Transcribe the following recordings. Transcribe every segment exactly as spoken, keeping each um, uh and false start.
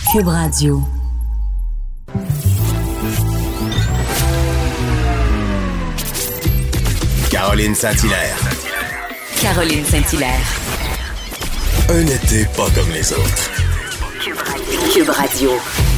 Cube Radio. Caroline Saint-Hilaire. Caroline Saint-Hilaire. Un été pas comme les autres. Cube Radio. Cube Radio.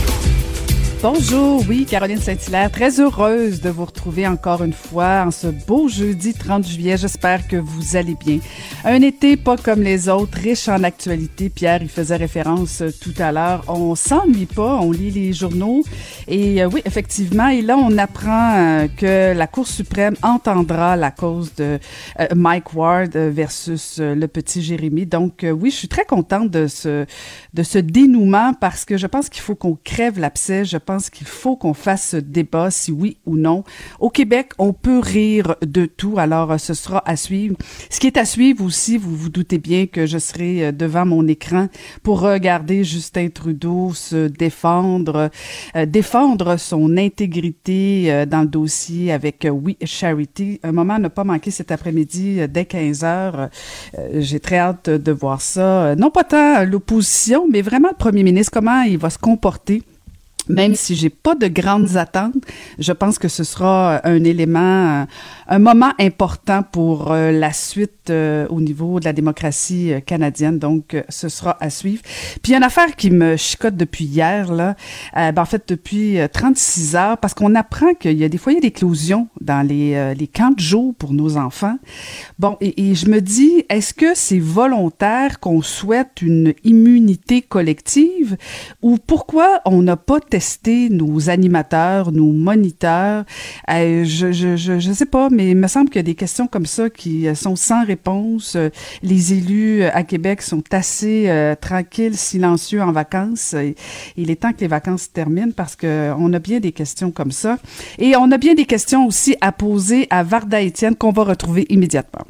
Bonjour, oui, Caroline Saint-Hilaire, très heureuse de vous retrouver encore une fois en ce beau jeudi trente juillet. J'espère que vous allez bien. Un été pas comme les autres, riche en actualité. Pierre y faisait référence tout à l'heure. On s'ennuie pas, on lit les journaux. Et euh, oui, effectivement, et là, on apprend euh, que la Cour suprême entendra la cause de euh, Mike Ward versus euh, le petit Jérémy. Donc, euh, oui, je suis très contente de ce, de ce dénouement parce que je pense qu'il faut qu'on crève l'abcès. Je pense Je pense qu'il faut qu'on fasse ce débat, si oui ou non. Au Québec, on peut rire de tout, alors ce sera à suivre. Ce qui est à suivre aussi, vous vous doutez bien que je serai devant mon écran pour regarder Justin Trudeau se défendre, euh, défendre son intégrité euh, dans le dossier avec euh, We Charity. Un moment n'a pas manqué cet après-midi euh, dès quinze heures. Euh, j'ai très hâte de voir ça. Non pas tant l'opposition, mais vraiment le premier ministre, comment il va se comporter. Même si j'ai pas de grandes attentes, je pense que ce sera un élément, un moment important pour euh, la suite euh, au niveau de la démocratie euh, canadienne. Donc, euh, ce sera à suivre. Puis, il y a une affaire qui me chicote depuis hier, là. Euh, ben, en fait, depuis euh, trente-six heures, parce qu'on apprend qu'il y a des foyers d'éclosion dans les, euh, les camps de jour pour nos enfants. Bon, et, et je me dis, est-ce que c'est volontaire qu'on souhaite une immunité collective ou pourquoi on n'a pas testé nos animateurs, nos moniteurs? Euh, je, je, je, je sais pas, mais il me semble qu'il y a des questions comme ça qui sont sans réponse. Les élus à Québec sont assez euh, tranquilles, silencieux en vacances. Et, il est temps que les vacances se terminent parce que on a bien des questions comme ça. Et on a bien des questions aussi à poser à Varda Étienne qu'on va retrouver immédiatement.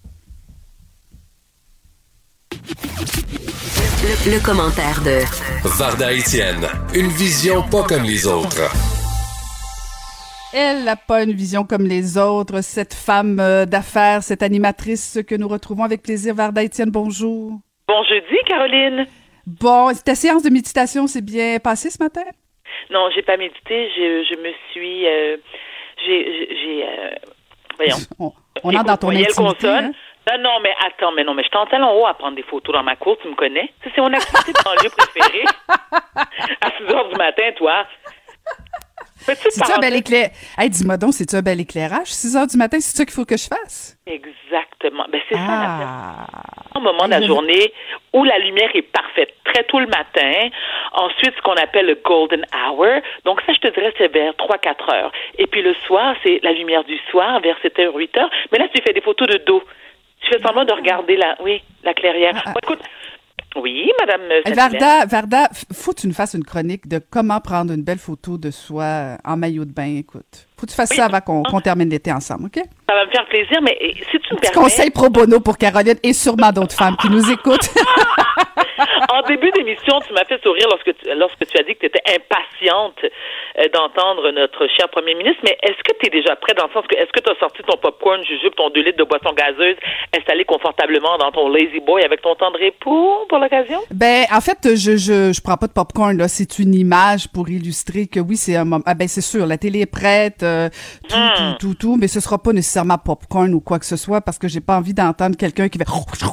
Le, le commentaire de Varda Étienne, une vision pas comme les autres. Elle n'a pas une vision comme les autres, cette femme euh, d'affaires, cette animatrice que nous retrouvons avec plaisir. Varda Étienne, bonjour. Bon jeudi, Caroline. Bon, ta séance de méditation s'est bien passée ce matin? Non, j'ai pas médité, je, je me suis... Euh, j'ai... j'ai euh, voyons. On, on entre dans ton intimité, hein? Non, non, mais attends, mais non, mais je suis en talon haut à prendre des photos dans ma cour, tu me connais? Tu sais, c'est mon activité de banlieue préférée. À six heures du matin, toi. C'est-tu un bel éclairage? Hey, dis-moi donc, c'est-tu un bel éclairage? six heures du matin, c'est ça qu'il faut que je fasse? Exactement. Ben, c'est ah. ça, un moment de la journée où la lumière est parfaite, très tôt le matin. Ensuite, ce qu'on appelle le golden hour. Donc, ça, je te dirais, c'est vers trois quatre heures. Et puis, le soir, c'est la lumière du soir, vers sept heures, huit heures. Mais là, tu fais des photos de dos. Tu fais semblant de regarder la, oui, la clairière. Ah, ah. Bon, écoute, oui, Madame hey, Varda, Varda, faut que tu nous fasses une chronique de comment prendre une belle photo de soi en maillot de bain. Écoute, faut que tu fasses oui. ça avant qu'on, qu'on termine l'été ensemble, OK? Ça va me faire plaisir, mais si tu me permets... Conseil pro bono pour Caroline et sûrement d'autres femmes qui nous écoutent. En début d'émission, tu m'as fait sourire lorsque tu, lorsque tu as dit que tu étais impatiente euh, d'entendre notre cher premier ministre, mais est-ce que tu es déjà prêt dans le sens que est-ce que tu as sorti ton popcorn, jujube, ton deux litres de boisson gazeuse, installé confortablement dans ton Lazy Boy avec ton tendre époux pour l'occasion? Ben, en fait, je je je prends pas de popcorn là, c'est une image pour illustrer que oui, c'est un moment. Ah ben c'est sûr, la télé est prête, euh, tout, hmm. tout tout tout, mais ce sera pas nécessairement popcorn ou quoi que ce soit parce que j'ai pas envie d'entendre quelqu'un qui fait.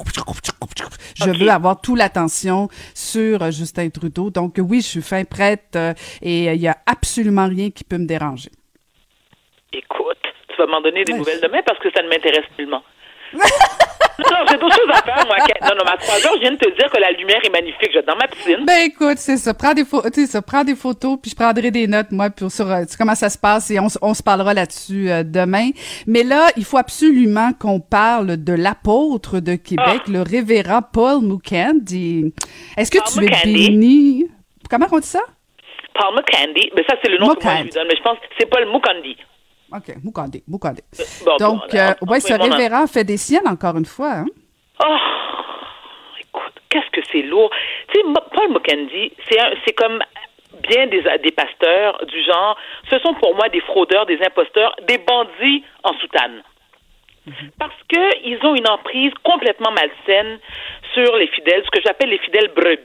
Je okay. veux avoir toute l'attention sur euh, Justin Trudeau. Donc oui, je suis fin prête euh, et il euh, y a absolument rien qui peut me déranger. Écoute, tu vas m'en donner des ouais. nouvelles demain parce que ça ne m'intéresse nullement. Non, j'ai d'autres choses à faire, moi. Non, non, mais à trois heures, je viens de te dire que la lumière est magnifique. Je vais dans ma piscine. Ben, écoute, c'est ça. Prends des photos, tu sais, ça. Prends des photos, puis je prendrai des notes, moi, pour sur euh, comment ça se passe et on, on se parlera là-dessus euh, demain. Mais là, il faut absolument qu'on parle de l'apôtre de Québec, oh. le révérend Paul Mukendi. Est-ce que Paul tu Mukendi. es béni? Comment on dit ça? Paul Mukendi. Ben, ça, c'est le nom Mukendi. que moi je lui donne, mais je pense que c'est Paul Mukendi. OK, Mukendi, Mukendi. Bon, Donc, bon, euh, ouais, ce révérend fait des siennes encore une fois, hein? Oh, écoute, qu'est-ce que c'est lourd. Tu sais, Paul Mukendi, c'est, un, c'est comme bien des, des pasteurs du genre, ce sont pour moi des fraudeurs, des imposteurs, des bandits en soutane. Mm-hmm. Parce qu'ils ont une emprise complètement malsaine sur les fidèles, ce que j'appelle les fidèles brebis.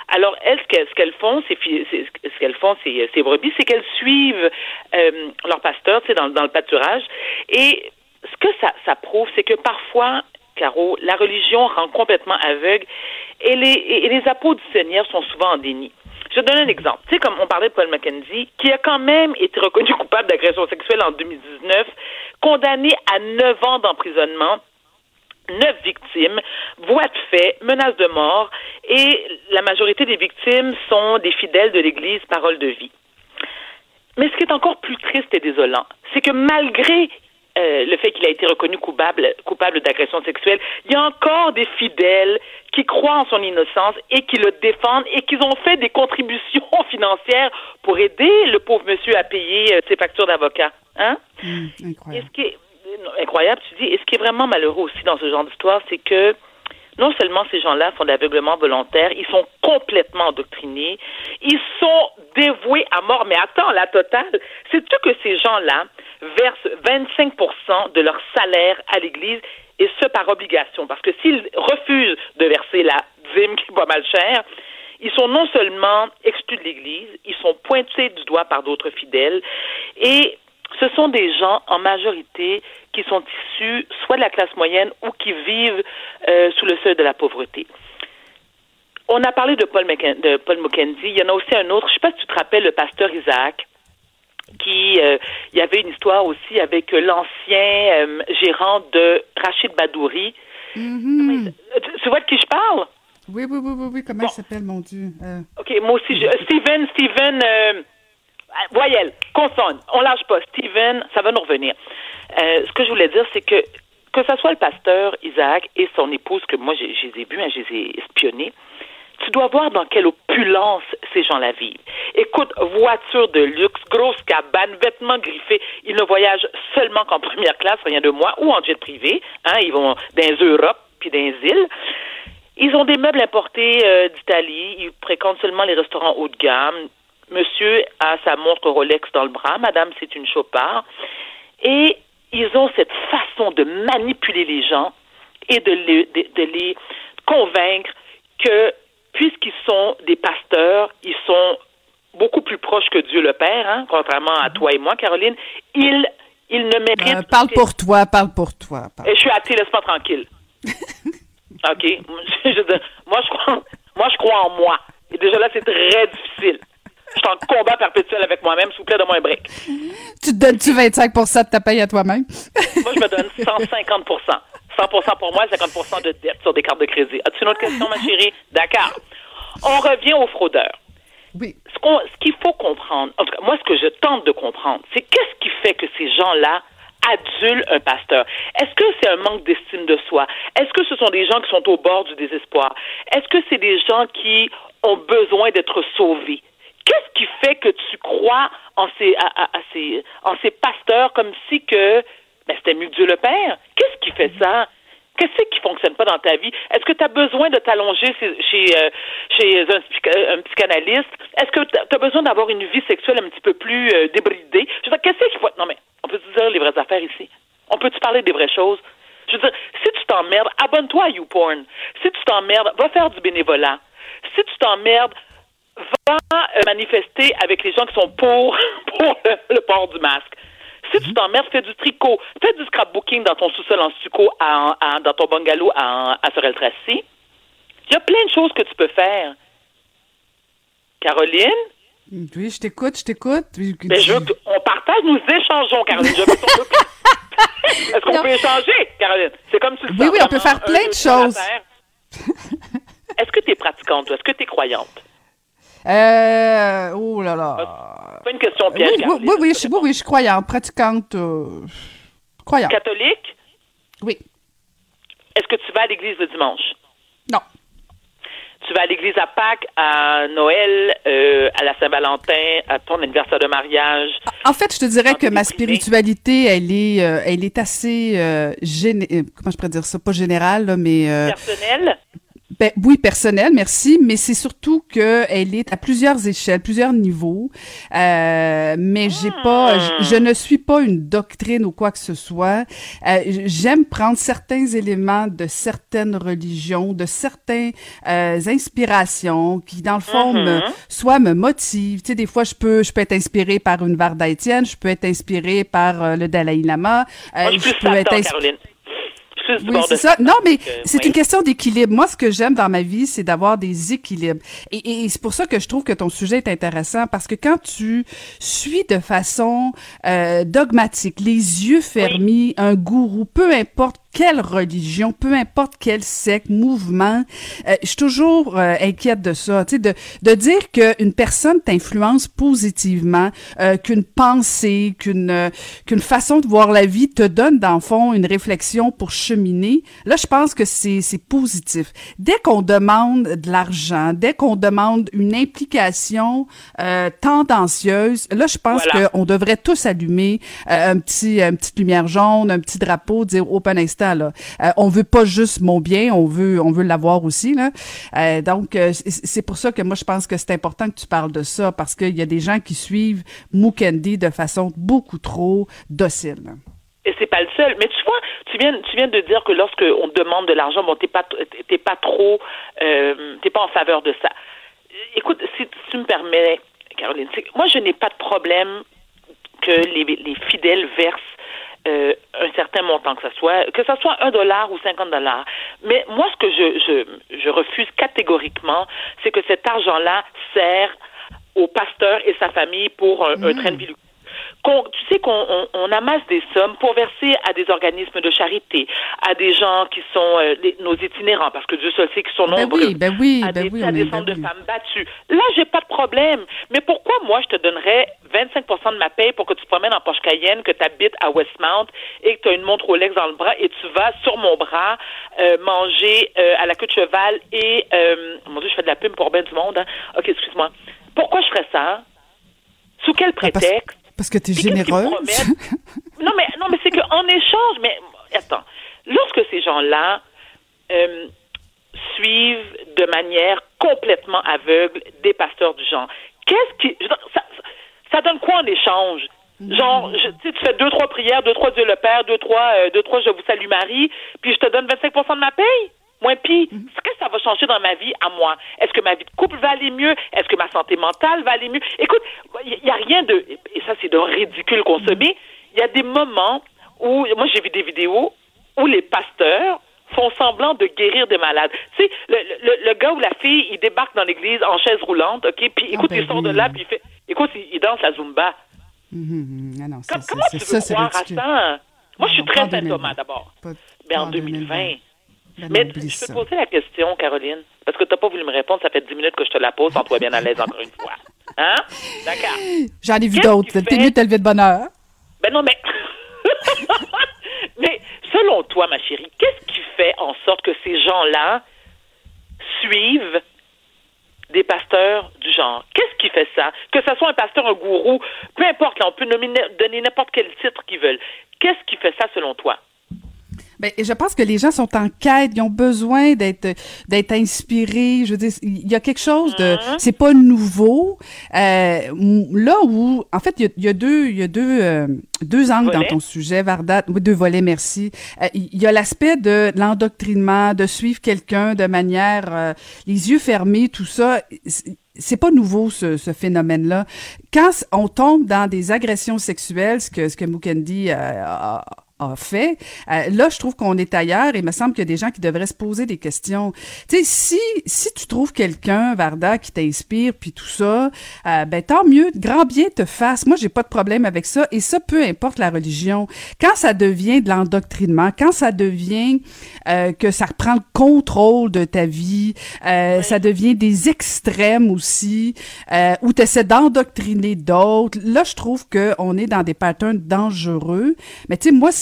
Alors, elles, ce qu'elles, ce qu'elles font, c'est, c'est ce qu'elles font, ces, ces brebis, c'est qu'elles suivent euh, leur pasteur, tu sais, dans, dans le pâturage. Et ce que ça, ça prouve, c'est que parfois, Caro, la religion rend complètement aveugle et les, et les apôtres du Seigneur sont souvent en déni. Je te donne un exemple. Tu sais, comme on parlait de Paul Mackenzie, qui a quand même été reconnu coupable d'agression sexuelle en deux mille dix-neuf, condamné à neuf ans d'emprisonnement, neuf victimes, voies de fait, menaces de mort, et la majorité des victimes sont des fidèles de l'Église Parole de Vie. Mais ce qui est encore plus triste et désolant, c'est que malgré euh, le fait qu'il a été reconnu coupable, coupable d'agression sexuelle, il y a encore des fidèles qui croient en son innocence et qui le défendent et qui ont fait des contributions financières pour aider le pauvre monsieur à payer euh, ses factures d'avocat. Hein? Mmh, incroyable. Et ce qui est incroyable, tu dis, et ce qui est vraiment malheureux aussi dans ce genre d'histoire, c'est que non seulement ces gens-là font de l'aveuglement volontaire, ils sont complètement endoctrinés, ils sont dévoués à mort. Mais attends, la totale, sais-tu que ces gens-là versent vingt-cinq pour cent de leur salaire à l'Église, et ce par obligation, parce que s'ils refusent de verser la dîme qui est pas mal chère, ils sont non seulement exclus de l'Église, ils sont pointés du doigt par d'autres fidèles, et ce sont des gens, en majorité, qui sont issus soit de la classe moyenne ou qui vivent euh, sous le seuil de la pauvreté. On a parlé de Paul, McKen- de Paul Mackenzie. Il y en a aussi un autre. Je ne sais pas si tu te rappelles le pasteur Isaac, qui, euh, il y avait une histoire aussi avec l'ancien euh, gérant de Rachid Badouri. Mm-hmm. Tu, tu vois de qui je parle? Oui, oui, oui, oui, oui. Comment bon. il s'appelle, mon Dieu? Euh... OK, moi aussi. Je, Steven, Steven... Euh, voyelle, consonne, on lâche pas. Steven, ça va nous revenir. Euh, ce que je voulais dire, c'est que que ce soit le pasteur Isaac et son épouse, que moi, je, je les ai vus, hein, je les ai espionnés, tu dois voir dans quelle opulence ces gens-là vivent. Écoute, voiture de luxe, grosse cabane, vêtements griffés. Ils ne voyagent seulement qu'en première classe, rien de moins, ou en jet privé. Hein, ils vont dans les Europes puis dans les îles. Ils ont des meubles importés euh, d'Italie. Ils fréquentent seulement les restaurants haut de gamme. Monsieur a sa montre Rolex dans le bras. Madame, c'est une Chopard. Et ils ont cette façon de manipuler les gens et de les, de, de les convaincre que, puisqu'ils sont des pasteurs, ils sont beaucoup plus proches que Dieu le Père, hein, contrairement à toi et moi, Caroline. Ils, ils ne méritent... Euh, parle pour toi, parle pour toi. Parle. Et je suis athée, laisse-moi tranquille. OK. Je, je, moi, je crois, moi, je crois en moi. Et déjà là, c'est très difficile. Je suis en combat perpétuel avec moi-même. S'il vous plaît, donne-moi un break. Tu te donnes-tu vingt-cinq pour cent de ta paye à toi-même? Moi, je me donne cent cinquante pour cent. cent pour cent pour moi, cinquante pour cent de dette sur des cartes de crédit. As-tu une autre question, ma chérie? D'accord. On revient aux fraudeurs. Oui. Ce, qu'on, ce qu'il faut comprendre, en tout cas, moi, ce que je tente de comprendre, c'est qu'est-ce qui fait que ces gens-là adulent un pasteur? Est-ce que c'est un manque d'estime de soi? Est-ce que ce sont des gens qui sont au bord du désespoir? Est-ce que c'est des gens qui ont besoin d'être sauvés? Qu'est-ce qui fait que tu crois en ces, à, à, à ces, en ces pasteurs comme si que ben, c'était mieux que Dieu le Père? Qu'est-ce qui fait ça? Qu'est-ce qui fonctionne pas dans ta vie? Est-ce que tu as besoin de t'allonger chez, chez, euh, chez un, un psychanalyste? Est-ce que tu as besoin d'avoir une vie sexuelle un petit peu plus euh, débridée? Je veux dire, qu'est-ce qu'il faut... Non, mais on peut te dire les vraies affaires ici? On peut-tu parler des vraies choses? Je veux dire, si tu t'emmerdes, abonne-toi à YouPorn. Si tu t'emmerdes, va faire du bénévolat. Si tu t'emmerdes, va euh, manifester avec les gens qui sont pour, pour le, le port du masque. Si tu t'emmerdes, fais du tricot. Fais du scrapbooking dans ton sous-sol en stucco, à, à, dans ton bungalow à, à Sorel-Tracy. Il y a plein de choses que tu peux faire. Caroline? Oui, je t'écoute, je t'écoute. Mais je veux qu'on partage, nous échangeons, Caroline. Je veux ton... Est-ce qu'on non. peut échanger, Caroline? C'est comme tu le Oui, oui, on peut faire plein de choses. Est-ce que tu es pratiquante, toi? Est-ce que tu es croyante? Euh, oh là là. C'est pas une question piège. Oui, oui, oui, oui, je, oui, oui, je suis croyante, pratiquante, euh, croyante. Catholique? Oui. Est-ce que tu vas à l'église le dimanche? Non. Tu vas à l'église à Pâques, à Noël, euh, à la Saint-Valentin, à ton anniversaire de mariage? En fait, je te dirais que ma spiritualité, elle est, euh, elle est assez, euh, géné- comment je pourrais dire ça, pas générale, là, mais... Euh, personnelle? Ben oui, personnelle, merci, mais c'est surtout que elle est à plusieurs échelles, plusieurs niveaux. Euh, mais j'ai pas, je, je ne suis pas une doctrine ou quoi que ce soit. Euh, j'aime prendre certains éléments de certaines religions, de certaines euh, inspirations qui, dans le fond, Mm-hmm. me, soit me motivent. Tu sais, des fois, je peux, je peux être inspirée par une Varda Étienne, je peux être inspirée par euh, le Dalai Lama. Euh, Moi, je suis je plus peux être Satan, insp- Caroline. Plus du Oui, bord c'est de ça. Satan, Non, mais donc, euh, c'est oui. une question d'équilibre. Moi, ce que j'aime dans ma vie, c'est d'avoir des équilibres. Et, et, et c'est pour ça que je trouve que ton sujet est intéressant, parce que quand tu suis de façon euh, dogmatique, les yeux fermés, un gourou, peu importe quelle religion, peu importe quel secte, mouvement, euh, je suis toujours euh, inquiète de ça, tu sais, de, de dire qu'une personne t'influence positivement, euh, qu'une pensée, qu'une euh, qu'une façon de voir la vie te donne, dans le fond, une réflexion pour cheminer. Là, je pense que c'est c'est positif. Dès qu'on demande de l'argent, dès qu'on demande une implication euh, tendancieuse, là, je pense Voilà. qu'on devrait tous allumer euh, un petit, une petite lumière jaune, un petit drapeau, dire open instant. Là. Euh, on veut pas juste mon bien, on veut on veut l'avoir aussi. Là. Euh, donc, euh, c'est, c'est pour ça que moi, je pense que c'est important que tu parles de ça, parce qu'il y a des gens qui suivent Mukendi de façon beaucoup trop docile. Et c'est pas le seul. Mais tu vois, tu viens, tu viens de dire que lorsque on te demande de l'argent, bon, t'es pas, t'es pas trop, euh, t'es pas en faveur de ça. Écoute, si, si tu me permets, Caroline, c'est, moi, je n'ai pas de problème que les, les fidèles versent Euh, un certain montant, que ce soit que ça soit un dollar ou cinquante dollars. Mais moi, ce que je, je, je refuse catégoriquement, c'est que cet argent-là sert au pasteur et sa famille pour un, mmh. un train de vie. Qu'on, tu sais qu'on on, on amasse des sommes pour verser à des organismes de charité, à des gens qui sont euh, les, nos itinérants, parce que Dieu seul sait qu'ils sont ben nombreux, oui, ben oui, à ben des, oui, à des est, centres ben de oui. femmes battues. Là, j'ai pas de problème. Mais pourquoi moi, je te donnerais vingt-cinq pour cent de ma paye pour que tu te promènes en Porsche Cayenne, que tu habites à Westmount et que tu as une montre Rolex dans le bras et tu vas sur mon bras euh, manger euh, à la queue de cheval et... Euh, mon Dieu, je fais de la pub pour bien du monde. Hein? OK, excuse-moi. Pourquoi je ferais ça? Sous quel prétexte? Ben parce... Parce que tu es Puis généreuse. non, mais, non, mais c'est qu'en échange, mais attends, lorsque ces gens-là euh, suivent de manière complètement aveugle des pasteurs du genre, qu'est-ce qui. Je, ça, ça donne quoi en échange? Genre, je, tu sais, tu fais deux, trois prières, deux, trois Dieu le Père, deux, trois, euh, deux, trois Je vous salue Marie, puis je te donne vingt-cinq pour cent de ma paye? Moins pis, qu'est-ce que ça va changer dans ma vie à moi? Est-ce que ma vie de couple va aller mieux? Est-ce que ma santé mentale va aller mieux? Écoute, il n'y a rien de... Et ça, c'est de ridicule consommé. Il y a des moments où... Moi, j'ai vu des vidéos où les pasteurs font semblant de guérir des malades. Tu sais, le, le, le gars ou la fille, il débarque dans l'église en chaise roulante, OK? Puis écoute, ah ben il sort oui. de là, puis il fait... Écoute, il, il danse la Zumba. Mm-hmm. Ah non, ça, Comme, c'est, comment c'est, tu ça, veux c'est croire ridicule. à ça? Moi, je suis Non, très pas en Saint-Thomas, deux mille vingt. d'abord. Pas, Mais pas en deux mille vingt... Ben Mais non, je oublie peux te ça. poser la question, Caroline, parce que tu n'as pas voulu me répondre, ça fait dix minutes que je te la pose, sens-toi bien à l'aise encore une fois. Hein? D'accord. J'en ai vu Qu'est-ce d'autres. qui T'es fait- mieux de te lever de bonne heure. Ben non, mais... mais selon toi, ma chérie, qu'est-ce qui fait en sorte que ces gens-là suivent des pasteurs du genre? Qu'est-ce qui fait ça? Que ce soit un pasteur, un gourou, peu importe, là, on peut nominer, donner n'importe quel titre qu'ils veulent. Qu'est-ce qui fait ça selon toi? Ben, je pense que les gens sont en quête, ils ont besoin d'être d'être inspirés. Je veux dire, il y a quelque chose de, Mm-hmm. c'est pas nouveau. Euh, là où, en fait, il y a, il y a deux, il y a deux, euh, deux angles Volets. dans ton sujet, Varda. Oui, deux volets, merci. Euh, il y a l'aspect de l'endoctrinement, de suivre quelqu'un de manière euh, les yeux fermés, tout ça. C'est, c'est pas nouveau, ce, ce phénomène-là. Quand on tombe dans des agressions sexuelles, ce que, ce que Mukendi euh, a, a fait, euh, là, je trouve qu'on est ailleurs et il me semble qu'il y a des gens qui devraient se poser des questions. Tu sais, si, si tu trouves quelqu'un, Varda, qui t'inspire, puis tout ça, euh, ben tant mieux, grand bien te fasse. Moi, j'ai pas de problème avec ça, et ça, peu importe la religion. Quand ça devient de l'endoctrinement, quand ça devient euh, que ça reprend le contrôle de ta vie, euh, ça devient des extrêmes aussi, euh, où tu essaies d'endoctriner d'autres, là, je trouve qu'on est dans des patterns dangereux. Mais tu sais, moi,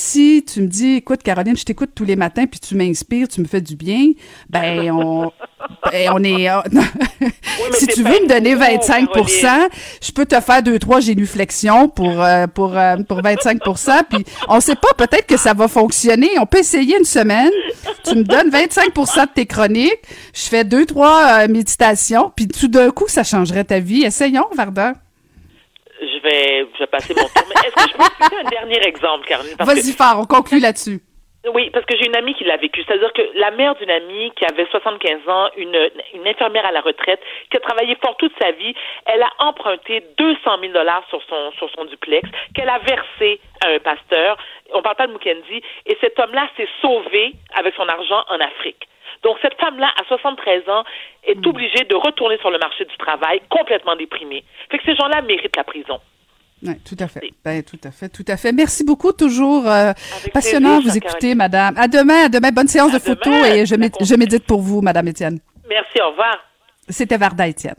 si tu me dis, écoute, Caroline, je t'écoute tous les matins, puis tu m'inspires, tu me fais du bien, ben, on, ben, on est... On... oui, si tu veux me donner vingt-cinq pour cent, je peux te faire deux, trois génuflexions pour, euh, pour, euh, pour vingt-cinq pour cent, puis on sait pas, peut-être que ça va fonctionner. On peut essayer une semaine. Tu me donnes vingt-cinq pour cent de tes chroniques, je fais deux, trois euh, méditations, puis tout d'un coup, ça changerait ta vie. Essayons, Varda. Je vais, je vais passer mon tour. Mais est-ce que je peux citer un dernier exemple, Caroline? Vas-y, fort, on conclut là-dessus. Oui, parce que j'ai une amie qui l'a vécu. C'est-à-dire que la mère d'une amie qui avait soixante-quinze ans, une, une infirmière à la retraite, qui a travaillé fort toute sa vie, elle a emprunté deux cent mille dollars sur son, sur son duplex, qu'elle a versé à un pasteur. On parle pas de Mukendi. Et cet homme-là s'est sauvé avec son argent en Afrique. Donc, cette femme-là, à soixante-treize ans, est mmh. obligée de retourner sur le marché du travail complètement déprimée. Fait que ces gens-là méritent la prison. Oui, tout à fait. Ben, tout à fait, tout à fait. Merci beaucoup, toujours euh, passionnant plaisir, vous écouter, madame. À demain, à demain. Bonne séance à de photos et je, méd- je médite pour vous, madame Étienne. Merci, au revoir. C'était Varda Étienne.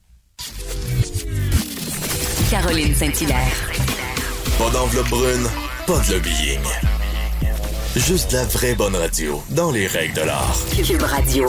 Caroline Saint-Hilaire. Pas d'enveloppe brune, pas de lobbying. Juste la vraie bonne radio, dans les règles de l'art. Cube Radio.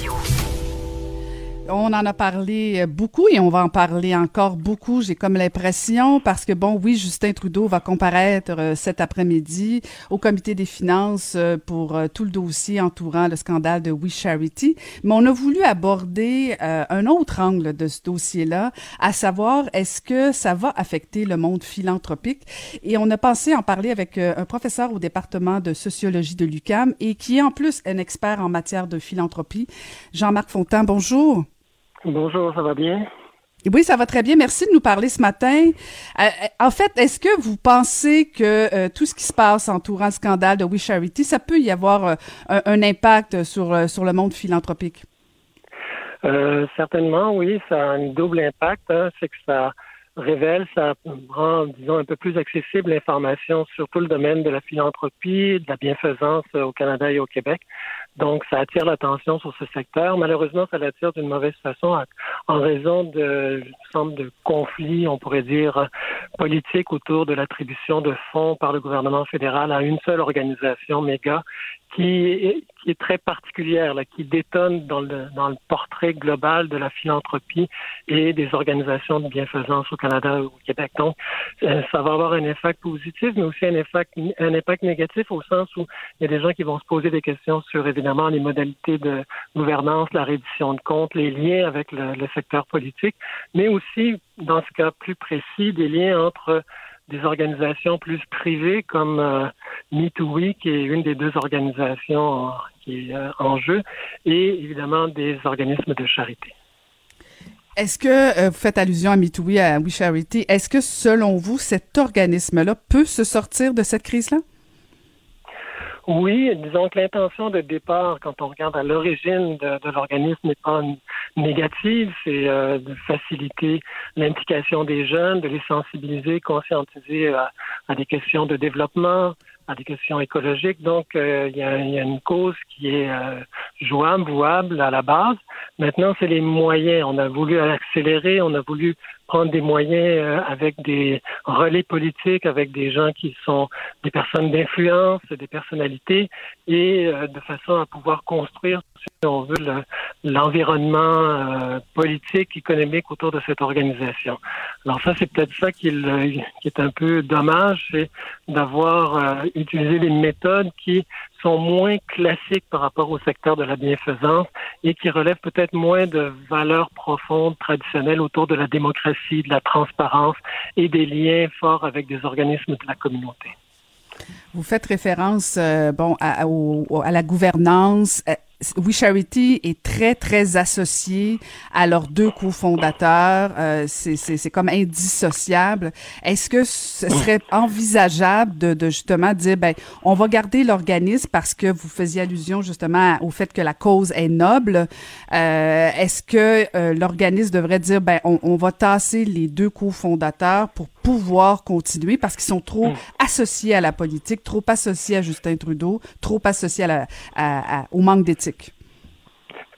On en a parlé beaucoup et on va en parler encore beaucoup, j'ai comme l'impression, parce que bon, oui, Justin Trudeau va comparaître euh, cet après-midi au comité des finances euh, pour euh, tout le dossier entourant le scandale de We Charity, mais on a voulu aborder euh, un autre angle de ce dossier-là, à savoir, est-ce que ça va affecter le monde philanthropique? Et on a pensé en parler avec euh, un professeur au département de sociologie de l'U Q A M et qui est en plus un expert en matière de philanthropie, Jean-Marc Fontan. Bonjour. Bonjour, ça va bien? Oui, ça va très bien. Merci de nous parler ce matin. Euh, en fait, est-ce que vous pensez que euh, tout ce qui se passe entourant le scandale de We Charity, ça peut y avoir euh, un, un impact sur, euh, sur le monde philanthropique? Euh, certainement, oui. Ça a un double impact. Hein. C'est que ça révèle, ça rend, disons, un peu plus accessible l'information sur tout le domaine de la philanthropie, de la bienfaisance au Canada et au Québec. Donc, ça attire l'attention sur ce secteur. Malheureusement, ça l'attire d'une mauvaise façon en raison de, semble de conflits, on pourrait dire, politiques autour de l'attribution de fonds par le gouvernement fédéral à une seule organisation méga qui est, qui est très particulière, là, qui détonne dans le, dans le portrait global de la philanthropie et des organisations de bienfaisance au Canada et au Québec. Donc, ça va avoir un impact positif, mais aussi un impact, un impact négatif au sens où il y a des gens qui vont se poser des questions sur, évidemment, les modalités de gouvernance, la reddition de comptes, les liens avec le, le secteur politique, mais aussi, dans ce cas plus précis, des liens entre des organisations plus privées comme euh, Me Too We, qui est une des deux organisations euh, qui est euh, en jeu, et évidemment des organismes de charité. Est-ce que euh, vous faites allusion à Me Too We, à We Charity, est-ce que selon vous, cet organisme-là peut se sortir de cette crise-là? Oui, disons que l'intention de départ, quand on regarde à l'origine de, de l'organisme, n'est pas négative, c'est euh, de faciliter l'implication des jeunes, de les sensibiliser, conscientiser à, à des questions de développement, à des questions écologiques. Donc, euh, il y a, il y a une cause qui est euh, jouable, vouable à la base. Maintenant, c'est les moyens. On a voulu accélérer, on a voulu prendre des moyens euh, avec des relais politiques, avec des gens qui sont des personnes d'influence, des personnalités, et euh, de façon à pouvoir construire, si on veut, le, l'environnement euh, politique, économique autour de cette organisation. Alors ça, c'est peut-être ça qui est, qui est un peu dommage, c'est d'avoir euh, utilisé des méthodes qui sont moins classiques par rapport au secteur de la bienfaisance et qui relèvent peut-être moins de valeurs profondes, traditionnelles autour de la démocratie, de la transparence et des liens forts avec des organismes de la communauté. Vous faites référence euh, bon, à, au, à la gouvernance. We Charity est très, très associé à leurs deux cofondateurs. Euh, c'est, c'est, c'est comme indissociable. Est-ce que ce serait envisageable de, de justement dire, ben, on va garder l'organisme parce que vous faisiez allusion justement au fait que la cause est noble. Euh, est-ce que euh, l'organisme devrait dire, ben, on, on va tasser les deux cofondateurs pour pouvoir continuer parce qu'ils sont trop associés à la politique, trop associés à Justin Trudeau, trop associés à la, à, à, au manque d'éthique?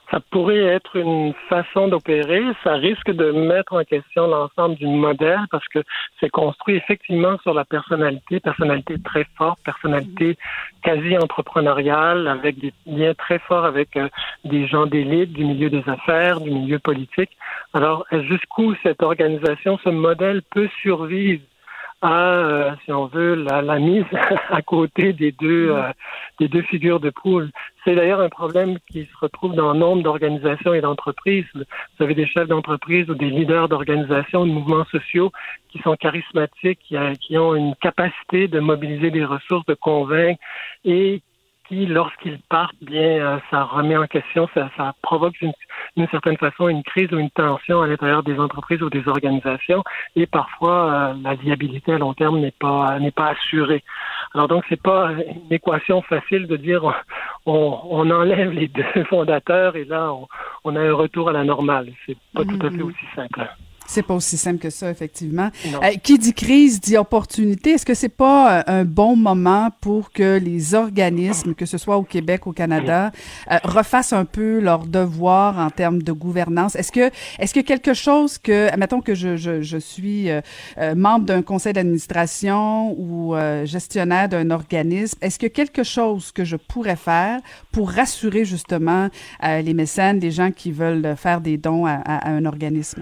Ça pourrait être une façon d'opérer. Ça risque de mettre en question l'ensemble du modèle parce que c'est construit effectivement sur la personnalité, personnalité très forte, personnalité quasi entrepreneuriale, avec des liens très forts avec euh, des gens d'élite, du milieu des affaires, du milieu politique. Alors, jusqu'où cette organisation, ce modèle peut survivre à, euh, si on veut, la, la mise à côté des deux, euh, des deux figures de proue. C'est d'ailleurs un problème qui se retrouve dans nombre d'organisations et d'entreprises. Vous avez des chefs d'entreprise ou des leaders d'organisations, de mouvements sociaux qui sont charismatiques, qui, a, qui ont une capacité de mobiliser des ressources, de convaincre et qui, lorsqu'ils partent, bien, euh, ça remet en question, ça, ça provoque d'une, d'une certaine façon une crise ou une tension à l'intérieur des entreprises ou des organisations, et parfois euh, la viabilité à long terme n'est pas n'est pas assurée. Alors donc c'est pas une équation facile de dire on, on enlève les deux fondateurs et là on, on a un retour à la normale. C'est pas mm-hmm. tout à fait aussi simple. C'est pas aussi simple que ça, effectivement. Euh, qui dit crise dit opportunité. Est-ce que c'est pas euh, un bon moment pour que les organismes, que ce soit au Québec, au Canada, euh, refassent un peu leur devoir en termes de gouvernance? Est-ce que est-ce que quelque chose que, admettons que je je, je suis euh, euh, membre d'un conseil d'administration ou euh, gestionnaire d'un organisme, est-ce que quelque chose que je pourrais faire pour rassurer justement euh, les mécènes, les gens qui veulent faire des dons à, à, à un organisme?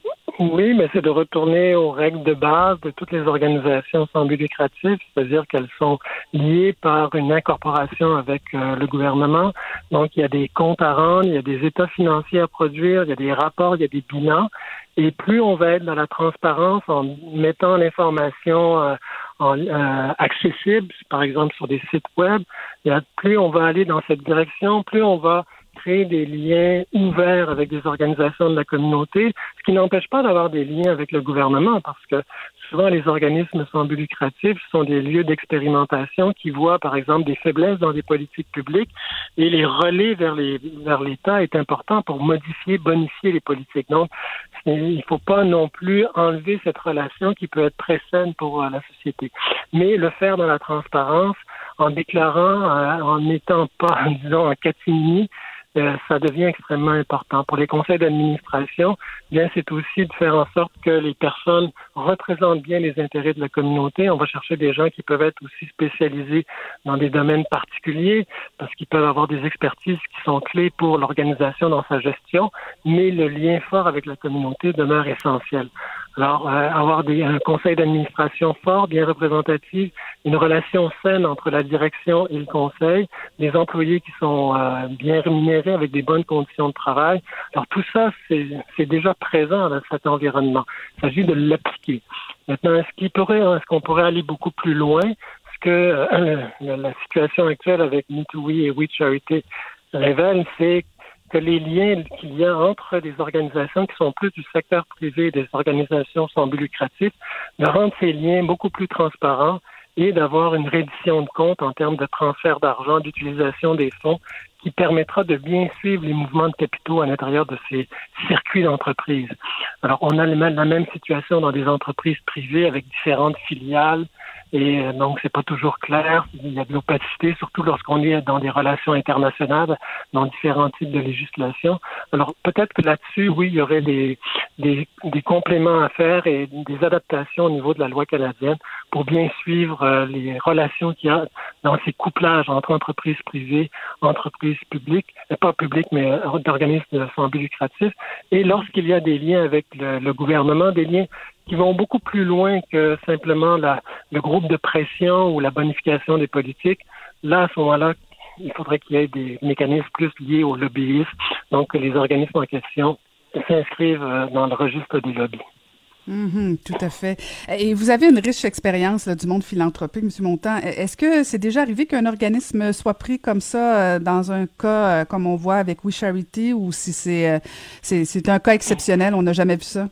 Oui, mais c'est de retourner aux règles de base de toutes les organisations sans but lucratif, c'est-à-dire qu'elles sont liées par une incorporation avec euh, le gouvernement. Donc, il y a des comptes à rendre, il y a des états financiers à produire, il y a des rapports, il y a des bilans. Et plus on va être dans la transparence en mettant l'information euh, en, euh, accessible, par exemple sur des sites web, il y a, plus on va aller dans cette direction, plus on va créer des liens ouverts avec des organisations de la communauté, ce qui n'empêche pas d'avoir des liens avec le gouvernement, parce que souvent les organismes sans but lucratif sont des lieux d'expérimentation qui voient, par exemple, des faiblesses dans des politiques publiques et les relais vers les vers l'État est important pour modifier, bonifier les politiques. Donc, il ne faut pas non plus enlever cette relation qui peut être très saine pour euh, la société, mais le faire dans la transparence, en déclarant, euh, en n'étant pas, disons, en catimini, euh, ça devient extrêmement important. Pour les conseils d'administration, bien, c'est aussi de faire en sorte que les personnes représentent bien les intérêts de la communauté. On va chercher des gens qui peuvent être aussi spécialisés dans des domaines particuliers, parce qu'ils peuvent avoir des expertises qui sont clés pour l'organisation dans sa gestion, mais le lien fort avec la communauté demeure essentiel. Alors, euh, avoir des, un conseil d'administration fort, bien représentatif, une relation saine entre la direction et le conseil, des employés qui sont euh, bien rémunérés avec des bonnes conditions de travail. Alors, tout ça, c'est, c'est déjà présent dans cet environnement. Il s'agit de l'appliquer. Maintenant, est-ce qu'il pourrait, est-ce qu'on pourrait aller beaucoup plus loin? Ce que euh, la, la situation actuelle avec Me Too We et We Charity révèle, c'est que les liens qu'il y a entre des organisations qui sont plus du secteur privé et des organisations sans but lucratif, de rendre ces liens beaucoup plus transparents et d'avoir une reddition de compte en termes de transfert d'argent, d'utilisation des fonds, qui permettra de bien suivre les mouvements de capitaux à l'intérieur de ces circuits d'entreprise. Alors, on a la même situation dans des entreprises privées avec différentes filiales, et donc c'est pas toujours clair. Il y a de l'opacité, surtout lorsqu'on est dans des relations internationales, dans différents types de législation. Alors peut-être que là-dessus, oui, il y aurait des, des, des compléments à faire et des adaptations au niveau de la loi canadienne pour bien suivre euh, les relations qu'il y a dans ces couplages entre entreprises privées, entreprises publiques, euh, pas publiques, mais euh, d'organismes sans but lucratif. Et lorsqu'il y a des liens avec le, le gouvernement, des liens qui vont beaucoup plus loin que simplement la, le groupe de pression ou la bonification des politiques. Là, à ce moment-là, il faudrait qu'il y ait des mécanismes plus liés au lobbyisme, donc que les organismes en question s'inscrivent dans le registre des lobbies. Mm-hmm, tout à fait. Et vous avez une riche expérience là, du monde philanthropique, M. Montant. Est-ce que c'est déjà arrivé qu'un organisme soit pris comme ça euh, dans un cas euh, comme on voit avec We Charity, ou si c'est, euh, c'est, c'est un cas exceptionnel, on n'a jamais vu ça?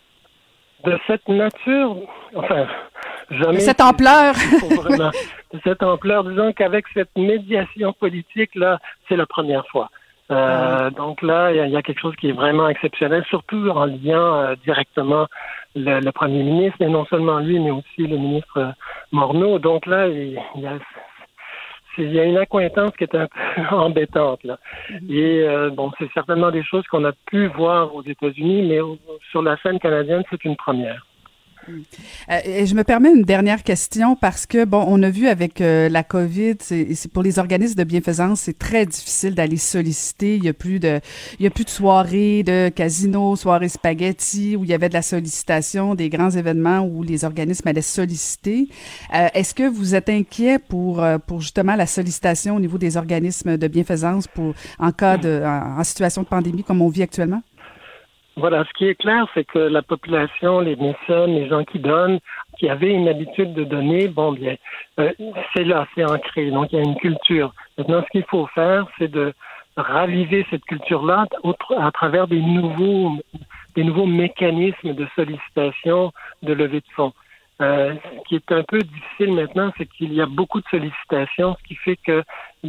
De cette nature, enfin, jamais... De cette ampleur! Vraiment, de cette ampleur, disons qu'avec cette médiation politique-là, c'est la première fois. Euh, mmh. Donc là, il y, y a quelque chose qui est vraiment exceptionnel, surtout en liant euh, directement le, le premier ministre, et non seulement lui, mais aussi le ministre Morneau. Donc là, il y a... c'est, il y a une accointance qui est un peu embêtante, là. Et euh, bon, c'est certainement des choses qu'on a pu voir aux États-Unis, mais au, sur la scène canadienne, c'est une première. Euh, et je me permets une dernière question parce que, bon, on a vu avec euh, la COVID, c'est, c'est pour les organismes de bienfaisance, c'est très difficile d'aller solliciter. Il y a plus de, il y a plus de soirées, de casinos, soirées spaghetti où il y avait de la sollicitation, des grands événements où les organismes allaient solliciter. Euh, est-ce que vous êtes inquiet pour, pour justement la sollicitation au niveau des organismes de bienfaisance pour, en cas de, en, en situation de pandémie comme on vit actuellement? Voilà, ce qui est clair, c'est que la population, les mécènes, les gens qui donnent, qui avaient une habitude de donner, bon bien, euh, c'est là, c'est ancré, donc il y a une culture. Maintenant, ce qu'il faut faire, c'est de raviver cette culture-là à travers des nouveaux, des nouveaux mécanismes de sollicitation, de levée de fonds. Euh, ce qui est un peu difficile maintenant, c'est qu'il y a beaucoup de sollicitations, ce qui fait que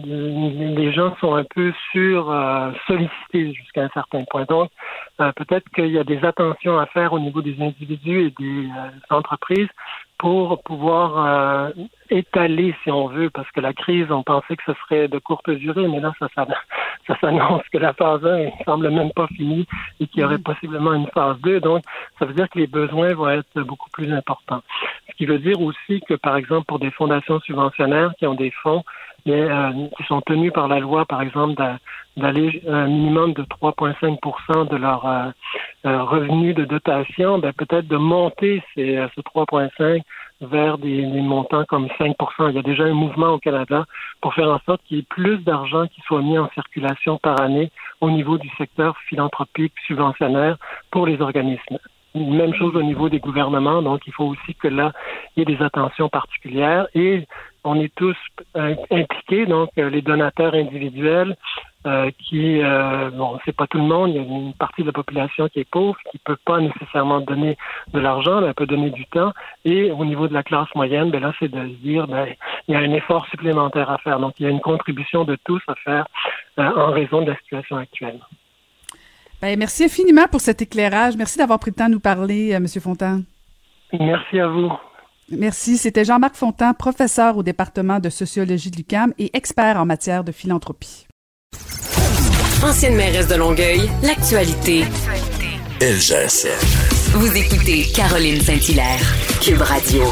les gens sont un peu sur euh, sollicités jusqu'à un certain point. Donc, euh, peut-être qu'il y a des attentions à faire au niveau des individus et des euh, entreprises pour pouvoir euh, étaler, si on veut, parce que la crise, on pensait que ce serait de courte durée, mais là, ça, ça, ça s'annonce que la phase un ne semble même pas finie et qu'il y aurait possiblement une phase deux. Donc, ça veut dire que les besoins vont être beaucoup plus importants. Ce qui veut dire aussi que, par exemple, pour des fondations subventionnaires qui ont des fonds, mais, euh, qui sont tenus par la loi, par exemple, d'aller un minimum de trois virgule cinq pour cent de leur euh, euh, revenu de dotation, ben, peut-être de monter ces, ce trois virgule cinq vers des, des montants comme cinq pour cent. Il y a déjà un mouvement au Canada pour faire en sorte qu'il y ait plus d'argent qui soit mis en circulation par année au niveau du secteur philanthropique subventionnaire pour les organismes. Même chose au niveau des gouvernements, donc il faut aussi que là, il y ait des attentions particulières et on est tous euh, impliqués, donc euh, les donateurs individuels euh, qui, euh, bon, c'est pas tout le monde, il y a une partie de la population qui est pauvre, qui peut pas nécessairement donner de l'argent, mais elle peut donner du temps. Et au niveau de la classe moyenne, ben là, c'est de se dire, ben, il y a un effort supplémentaire à faire. Donc, il y a une contribution de tous à faire euh, en raison de la situation actuelle. Ben, merci infiniment pour cet éclairage. Merci d'avoir pris le temps de nous parler, euh, M. Fontan. Merci à vous. Merci. C'était Jean-Marc Fontan, professeur au département de sociologie de l'U Q A M et expert en matière de philanthropie. Ancienne mairesse de Longueuil, l'actualité. Elle gère ça. Vous écoutez Caroline Saint-Hilaire, Cube Radio.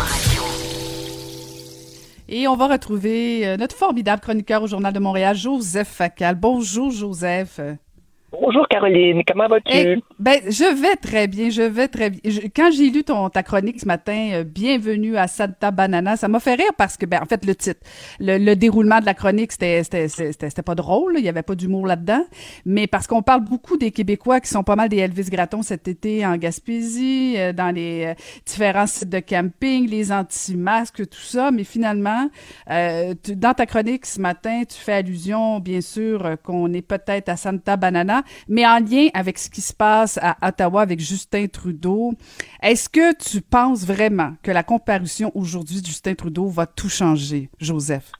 Et on va retrouver notre formidable chroniqueur au Journal de Montréal, Joseph Facal. Bonjour, Joseph. Bonjour Caroline, comment vas-tu? Hey, ben, je vais très bien, je vais très bien. Je, quand j'ai lu ton ta chronique ce matin, euh, bienvenue à Santa Banana, ça m'a fait rire parce que, ben, en fait, le titre, le, le déroulement de la chronique, c'était, c'était, c'était, c'était pas drôle, là, il y avait pas d'humour là-dedans, mais parce qu'on parle beaucoup des Québécois qui sont pas mal des Elvis Gratton cet été en Gaspésie, euh, dans les euh, différents sites de camping, les anti-masques, tout ça, mais finalement, euh, tu, dans ta chronique ce matin, tu fais allusion, bien sûr, euh, qu'on est peut-être à Santa Banana, mais en lien avec ce qui se passe à Ottawa avec Justin Trudeau. Est-ce que tu penses vraiment que la comparution aujourd'hui de Justin Trudeau va tout changer, Joseph?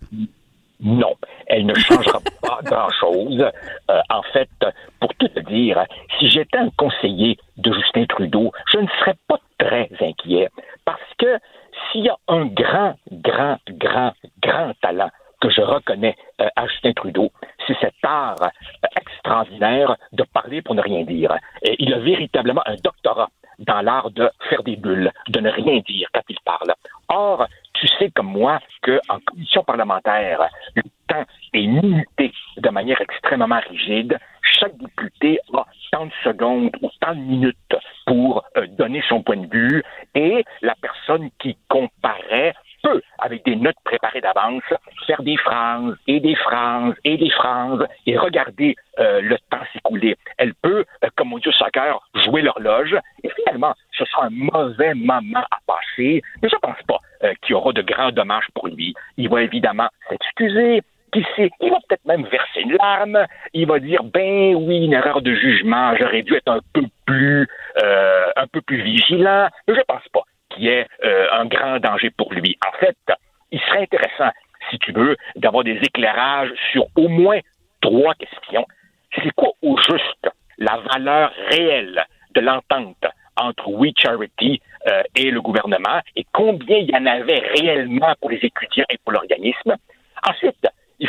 Non, elle ne changera pas grand-chose. Euh, en fait, pour tout te dire, si j'étais un conseiller de Justin Trudeau, je ne serais pas très inquiet parce que s'il y a un grand, grand, grand, grand talent que je reconnais euh, à Justin Trudeau, c'est cet art euh, extraordinaire de parler pour ne rien dire. Et il a véritablement un doctorat dans l'art de faire des bulles, de ne rien dire quand il parle. Or, tu sais comme moi qu'en commission parlementaire, le temps est minuté de manière extrêmement rigide. Chaque député a tant de secondes ou tant de minutes pour euh, donner son point de vue et la personne qui comparaît peut, avec des notes préparées d'avance, faire des phrases et des phrases et des phrases et regarder euh, le temps s'écouler. Elle peut, euh, comme on dit au soccer, jouer l'horloge et finalement, ce sera un mauvais moment à passer. Mais je ne pense pas euh, qu'il y aura de grands dommages pour lui. Il va évidemment s'excuser. Qui sait, il va peut-être même verser une larme. Il va dire, ben oui, une erreur de jugement, j'aurais dû être un peu plus, euh, un peu plus vigilant. Mais je ne pense pas qu'il y ait euh, un grand danger pour lui. En fait, il serait intéressant, si tu veux, d'avoir des éclairages sur au moins trois questions. C'est quoi au juste la valeur réelle de l'entente entre We Charity euh, et le gouvernement et combien il y en avait réellement pour les étudiants et pour l'organisme? Ensuite,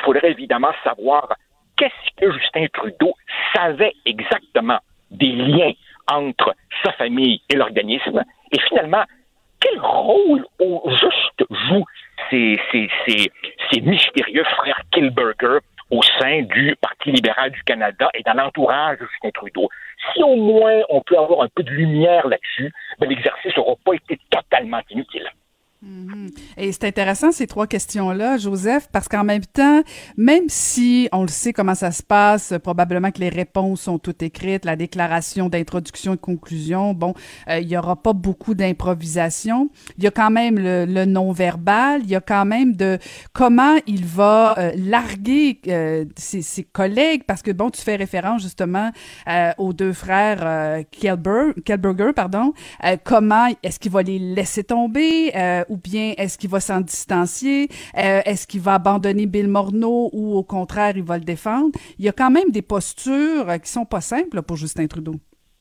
faudrait évidemment savoir qu'est-ce que Justin Trudeau savait exactement des liens entre sa famille et l'organisme, et finalement, quel rôle au juste jouent ces, ces, ces, ces mystérieux frères Kilberger au sein du Parti libéral du Canada et dans l'entourage de Justin Trudeau. Si au moins on peut avoir un peu de lumière là-dessus, ben, l'exercice n'aura pas été totalement inutile. Mm-hmm. Et c'est intéressant ces trois questions-là, Joseph, parce qu'en même temps, même si on le sait comment ça se passe, probablement que les réponses sont toutes écrites, la déclaration d'introduction et de conclusion, bon, euh, il y aura pas beaucoup d'improvisation. Il y a quand même le, le non-verbal, il y a quand même de comment il va euh, larguer euh, ses, ses collègues, parce que bon, tu fais référence justement euh, aux deux frères euh, Kilber, Kilberger, pardon. Euh, comment est-ce qu'il va les laisser tomber? Euh, ou bien est-ce qu'il va s'en distancier? Euh, est-ce qu'il va abandonner Bill Morneau ou au contraire, il va le défendre? Il y a quand même des postures euh, qui sont pas simples là, pour Justin Trudeau.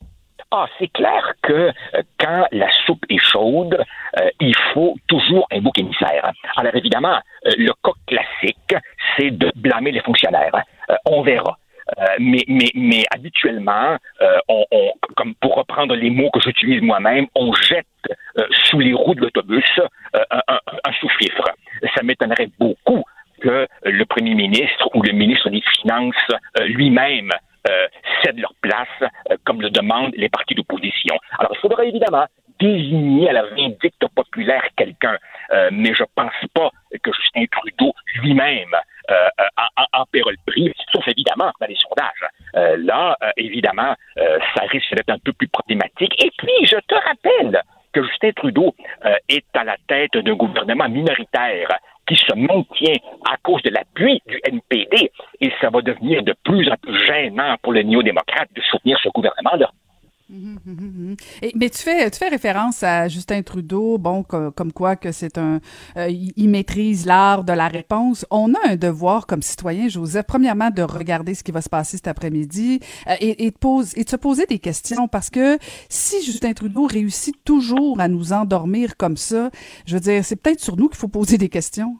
Ah, c'est clair que euh, quand la soupe est chaude, euh, il faut toujours un bouc émissaire. Alors évidemment, euh, le cas classique, c'est de blâmer les fonctionnaires. Euh, on verra. Euh, mais, mais, mais habituellement, euh, on, on, comme pour reprendre les mots que j'utilise moi-même, on jette euh, sous les roues de l'autobus euh, un, un, un sous-fifre. Ça m'étonnerait beaucoup que le premier ministre ou le ministre des Finances euh, lui-même euh, cède leur place, euh, comme le demandent les partis d'opposition. Alors, il faudra évidemment désigner à la vindicte populaire quelqu'un, euh, mais je pense pas que Justin Trudeau lui-même Euh, en, en paiera le prix, sauf évidemment dans les sondages. Euh, là, euh, évidemment, euh, ça risque d'être un peu plus problématique. Et puis, je te rappelle que Justin Trudeau euh, est à la tête d'un gouvernement minoritaire qui se maintient à cause de l'appui du N P D, et ça va devenir de plus en plus gênant pour les néo-démocrates de soutenir ce gouvernement-là. Mmh, mmh, mmh. Et, mais tu fais tu fais référence à Justin Trudeau, bon, comme, comme quoi que c'est un euh, il maîtrise l'art de la réponse. On a un devoir comme citoyen, Joseph, premièrement de regarder ce qui va se passer cet après-midi euh, et, et, de pose, et de se poser des questions, parce que si Justin Trudeau réussit toujours à nous endormir comme ça, je veux dire, c'est peut-être sur nous qu'il faut poser des questions.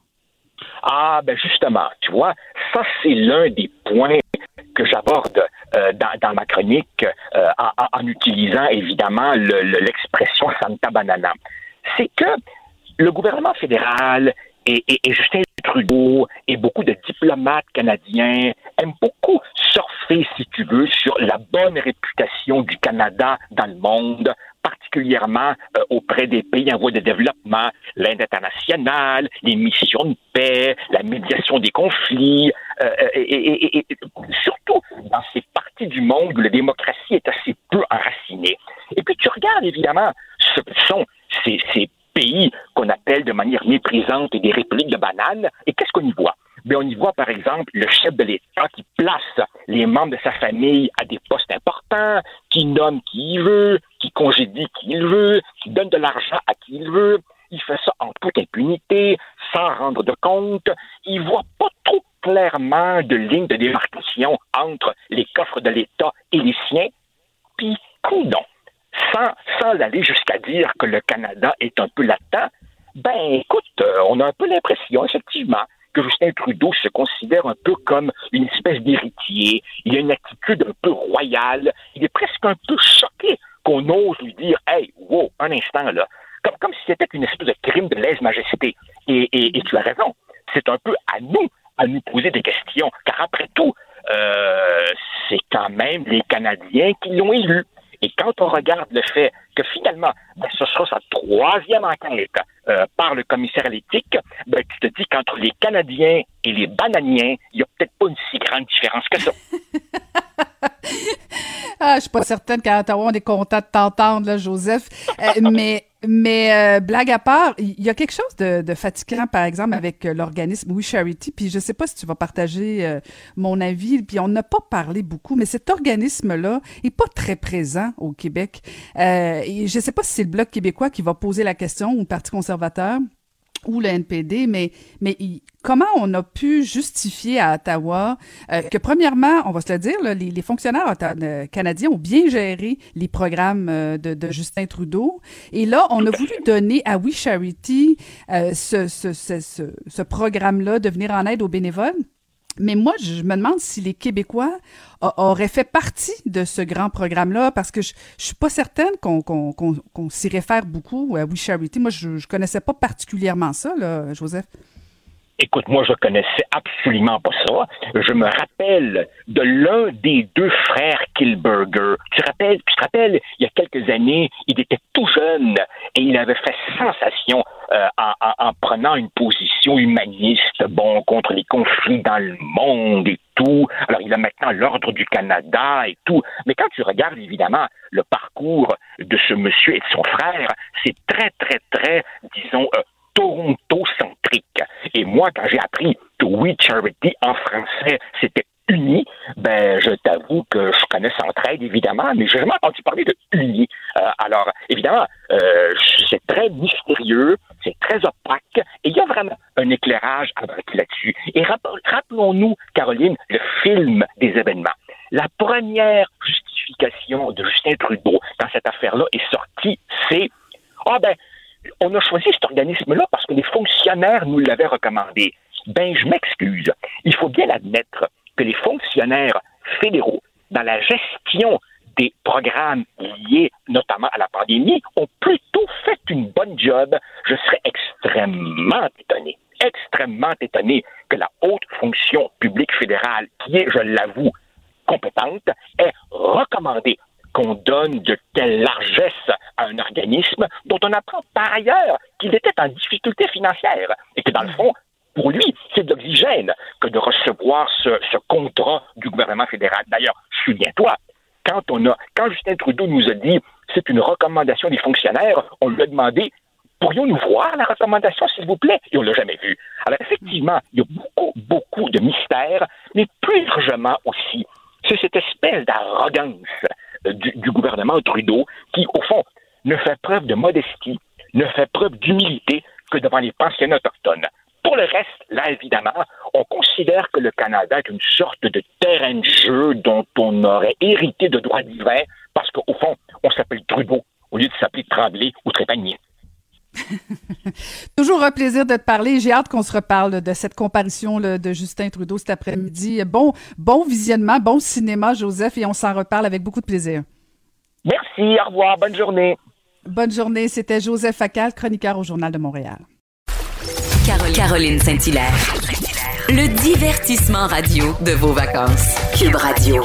Ah, ben justement, tu vois, ça c'est l'un des points que j'aborde euh, dans, dans ma chronique euh, en, en utilisant évidemment le, le, l'expression Santa Banana. C'est que le gouvernement fédéral et, et, et Justin Trudeau et beaucoup de diplomates canadiens aiment beaucoup surfer, si tu veux, sur la bonne réputation du Canada dans le monde, particulièrement euh, auprès des pays en voie de développement, l'aide internationale, les missions de paix, la médiation des conflits, euh, et, et, et, et surtout dans ces parties du monde où la démocratie est assez peu enracinée. Et puis tu regardes évidemment ce que sont ces, ces pays qu'on appelle de manière méprisante des républiques de bananes, et qu'est-ce qu'on y voit? Bien, on y voit, par exemple, le chef de l'État qui place les membres de sa famille à des postes importants, qui nomme qui il veut, qui congédie qui il veut, qui donne de l'argent à qui il veut. Il fait ça en toute impunité, sans rendre de compte. Il voit pas trop clairement de ligne de démarcation entre les coffres de l'État et les siens. Puis, coudonc, sans, sans aller jusqu'à dire que le Canada est un peu latent, ben, écoute, euh, on a un peu l'impression, effectivement, que Justin Trudeau se considère un peu comme une espèce d'héritier. Il a une attitude un peu royale. Il est presque un peu choqué qu'on ose lui dire « Hey, wow, un instant, là ». Comme, comme si c'était une espèce de crime de lèse-majesté. Et, et, et tu as raison. C'est un peu à nous à nous poser des questions. Car après tout, euh, c'est quand même les Canadiens qui l'ont élu. Et quand on regarde le fait que finalement, ben, ce sera sa troisième enquête euh, par le commissaire à l'éthique, ben, tu te dis qu'entre les Canadiens et les bananiens, il n'y a peut-être pas une si grande différence que ça. Ah, je suis pas certaine qu'à Ottawa, on est content de t'entendre, là, Joseph. Euh, mais mais euh, blague à part, il y a quelque chose de, de fatigant, par exemple, avec euh, l'organisme We Charity. Puis je sais pas si tu vas partager euh, mon avis. Puis on n'a pas parlé beaucoup, mais cet organisme-là est pas très présent au Québec. Euh, et je sais pas si c'est le Bloc québécois qui va poser la question, ou le Parti conservateur, ou le N P D, mais mais il, comment on a pu justifier à Ottawa euh, que, premièrement, on va se le dire, là, les, les fonctionnaires euh, canadiens ont bien géré les programmes euh, de, de Justin Trudeau, et là, on a voulu donner à We Charity euh, ce, ce, ce, ce, ce programme-là de venir en aide aux bénévoles? Mais moi, je me demande si les Québécois a, auraient fait partie de ce grand programme-là, parce que je, je suis pas certaine qu'on, qu'on, qu'on, qu'on s'y réfère beaucoup à We Charity. Moi, je, je connaissais pas particulièrement ça, là, Joseph. Écoute, moi, je connaissais absolument pas ça. Je me rappelle de l'un des deux frères Kilberger. Tu te rappelles, tu te rappelles, il y a quelques années, il était tout jeune et il avait fait sensation euh, en, en, en prenant une position humaniste, bon, contre les conflits dans le monde et tout. Alors, il a maintenant l'Ordre du Canada et tout. Mais quand tu regardes, évidemment, le parcours de ce monsieur et de son frère, c'est très, très, très, disons, euh, Toronto-centrique. Et moi, quand j'ai appris que We Charity en français, c'était uni, ben, je t'avoue que je connais Centraide, évidemment, mais j'ai jamais entendu parler de uni. Euh, alors, évidemment, euh, c'est très mystérieux, c'est très opaque, et il y a vraiment un éclairage à mettre là-dessus. Et rappelons-nous, Caroline, le film des événements. La première justification de Justin Trudeau dans cette affaire-là est sortie, c'est « Ah ben, on a choisi cet organisme-là parce que les fonctionnaires nous l'avaient recommandé. » Ben, je m'excuse. Il faut bien admettre que les fonctionnaires fédéraux, dans la gestion des programmes liés notamment à la pandémie, ont plutôt fait une bonne job. Je serais extrêmement étonné, extrêmement étonné que la haute fonction publique fédérale, qui est, je l'avoue, compétente, ait recommandé qu'on donne de telle largesse à un organisme dont on apprend par ailleurs qu'il était en difficulté financière et que, dans le fond, pour lui, c'est de l'oxygène que de recevoir ce, ce contrat du gouvernement fédéral. D'ailleurs, souviens-toi, quand on a, quand Justin Trudeau nous a dit c'est une recommandation des fonctionnaires, on lui a demandé pourrions-nous voir la recommandation, s'il vous plaît? Et on ne l'a jamais vue. Alors, effectivement, il y a beaucoup, beaucoup de mystères, mais plus largement aussi, c'est cette espèce d'arrogance du, du gouvernement Trudeau qui, au fond, ne fait preuve de modestie, ne fait preuve d'humilité que devant les pensionnats autochtones. Pour le reste, là, évidemment, on considère que le Canada est une sorte de terrain de jeu dont on aurait hérité de droits divins parce qu'au fond, on s'appelle Trudeau au lieu de s'appeler Tremblay ou Trépanier. Toujours un plaisir de te parler. J'ai hâte qu'on se reparle de cette comparution là, de Justin Trudeau cet après-midi. Bon, bon visionnement, bon cinéma, Joseph, et on s'en reparle avec beaucoup de plaisir. Merci, au revoir, bonne journée. Bonne journée, c'était Joseph Facal, chroniqueur au Journal de Montréal. Caroline, Caroline Saint-Hilaire. Le divertissement radio de vos vacances. Cube Radio.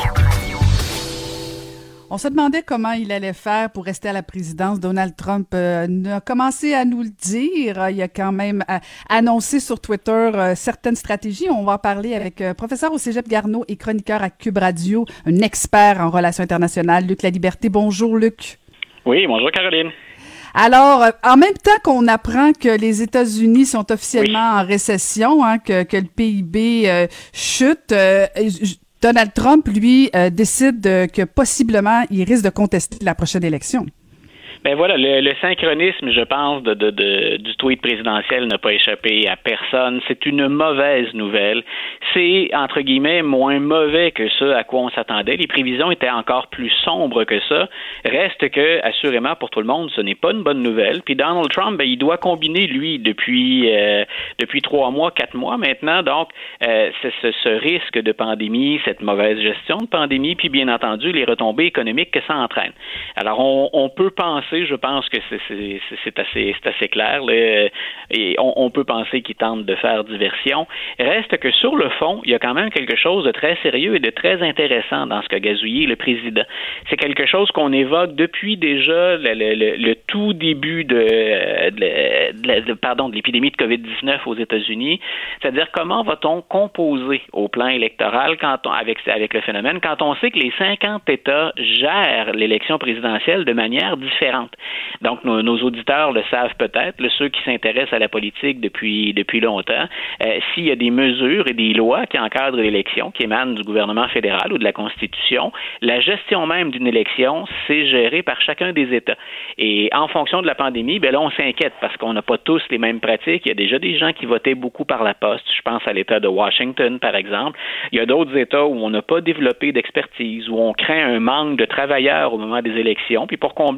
On se demandait comment il allait faire pour rester à la présidence. Donald Trump euh, a commencé à nous le dire. Il a quand même euh, annoncé sur Twitter euh, certaines stratégies. On va en parler avec euh, professeur au Cégep Garneau et chroniqueur à Cube Radio, un expert en relations internationales, Luc Laliberté. Bonjour, Luc. Oui, bonjour, Caroline. Alors, en même temps qu'on apprend que les États-Unis sont officiellement oui. en récession, hein, que, que le P I B euh, chute, euh, Donald Trump, lui, euh, décide euh, que possiblement, il risque de contester la prochaine élection. Ben voilà, le, le synchronisme, je pense, de, de, de, du tweet présidentiel n'a pas échappé à personne. C'est une mauvaise nouvelle. C'est, entre guillemets, moins mauvais que ce à quoi on s'attendait. Les prévisions étaient encore plus sombres que ça. Reste que, assurément, pour tout le monde, ce n'est pas une bonne nouvelle. Puis Donald Trump, ben, il doit combiner, lui, depuis euh, depuis trois mois, quatre mois maintenant. Donc, euh, c'est ce, ce risque de pandémie, cette mauvaise gestion de pandémie, puis bien entendu, les retombées économiques que ça entraîne. Alors, on, on peut penser je pense que c'est, c'est, c'est, assez, c'est assez clair. Là, et on, on peut penser qu'ils tentent de faire diversion. Reste que sur le fond, il y a quand même quelque chose de très sérieux et de très intéressant dans ce qu'a gazouillé le président. C'est quelque chose qu'on évoque depuis déjà le, le, le, le tout début de, de, de, de, pardon, de l'épidémie de covid dix-neuf aux États-Unis. C'est-à-dire comment va-t-on composer au plan électoral quand on, avec, avec le phénomène quand on sait que les cinquante États gèrent l'élection présidentielle de manière différente. Donc, nos, nos auditeurs le savent peut-être, là, ceux qui s'intéressent à la politique depuis depuis longtemps, euh, s'il y a des mesures et des lois qui encadrent l'élection, qui émanent du gouvernement fédéral ou de la Constitution, la gestion même d'une élection, c'est géré par chacun des États. Et en fonction de la pandémie, ben là, on s'inquiète parce qu'on n'a pas tous les mêmes pratiques. Il y a déjà des gens qui votaient beaucoup par la poste. Je pense à l'État de Washington, par exemple. Il y a d'autres États où on n'a pas développé d'expertise, où on craint un manque de travailleurs au moment des élections. Puis pour combler ce manque-là,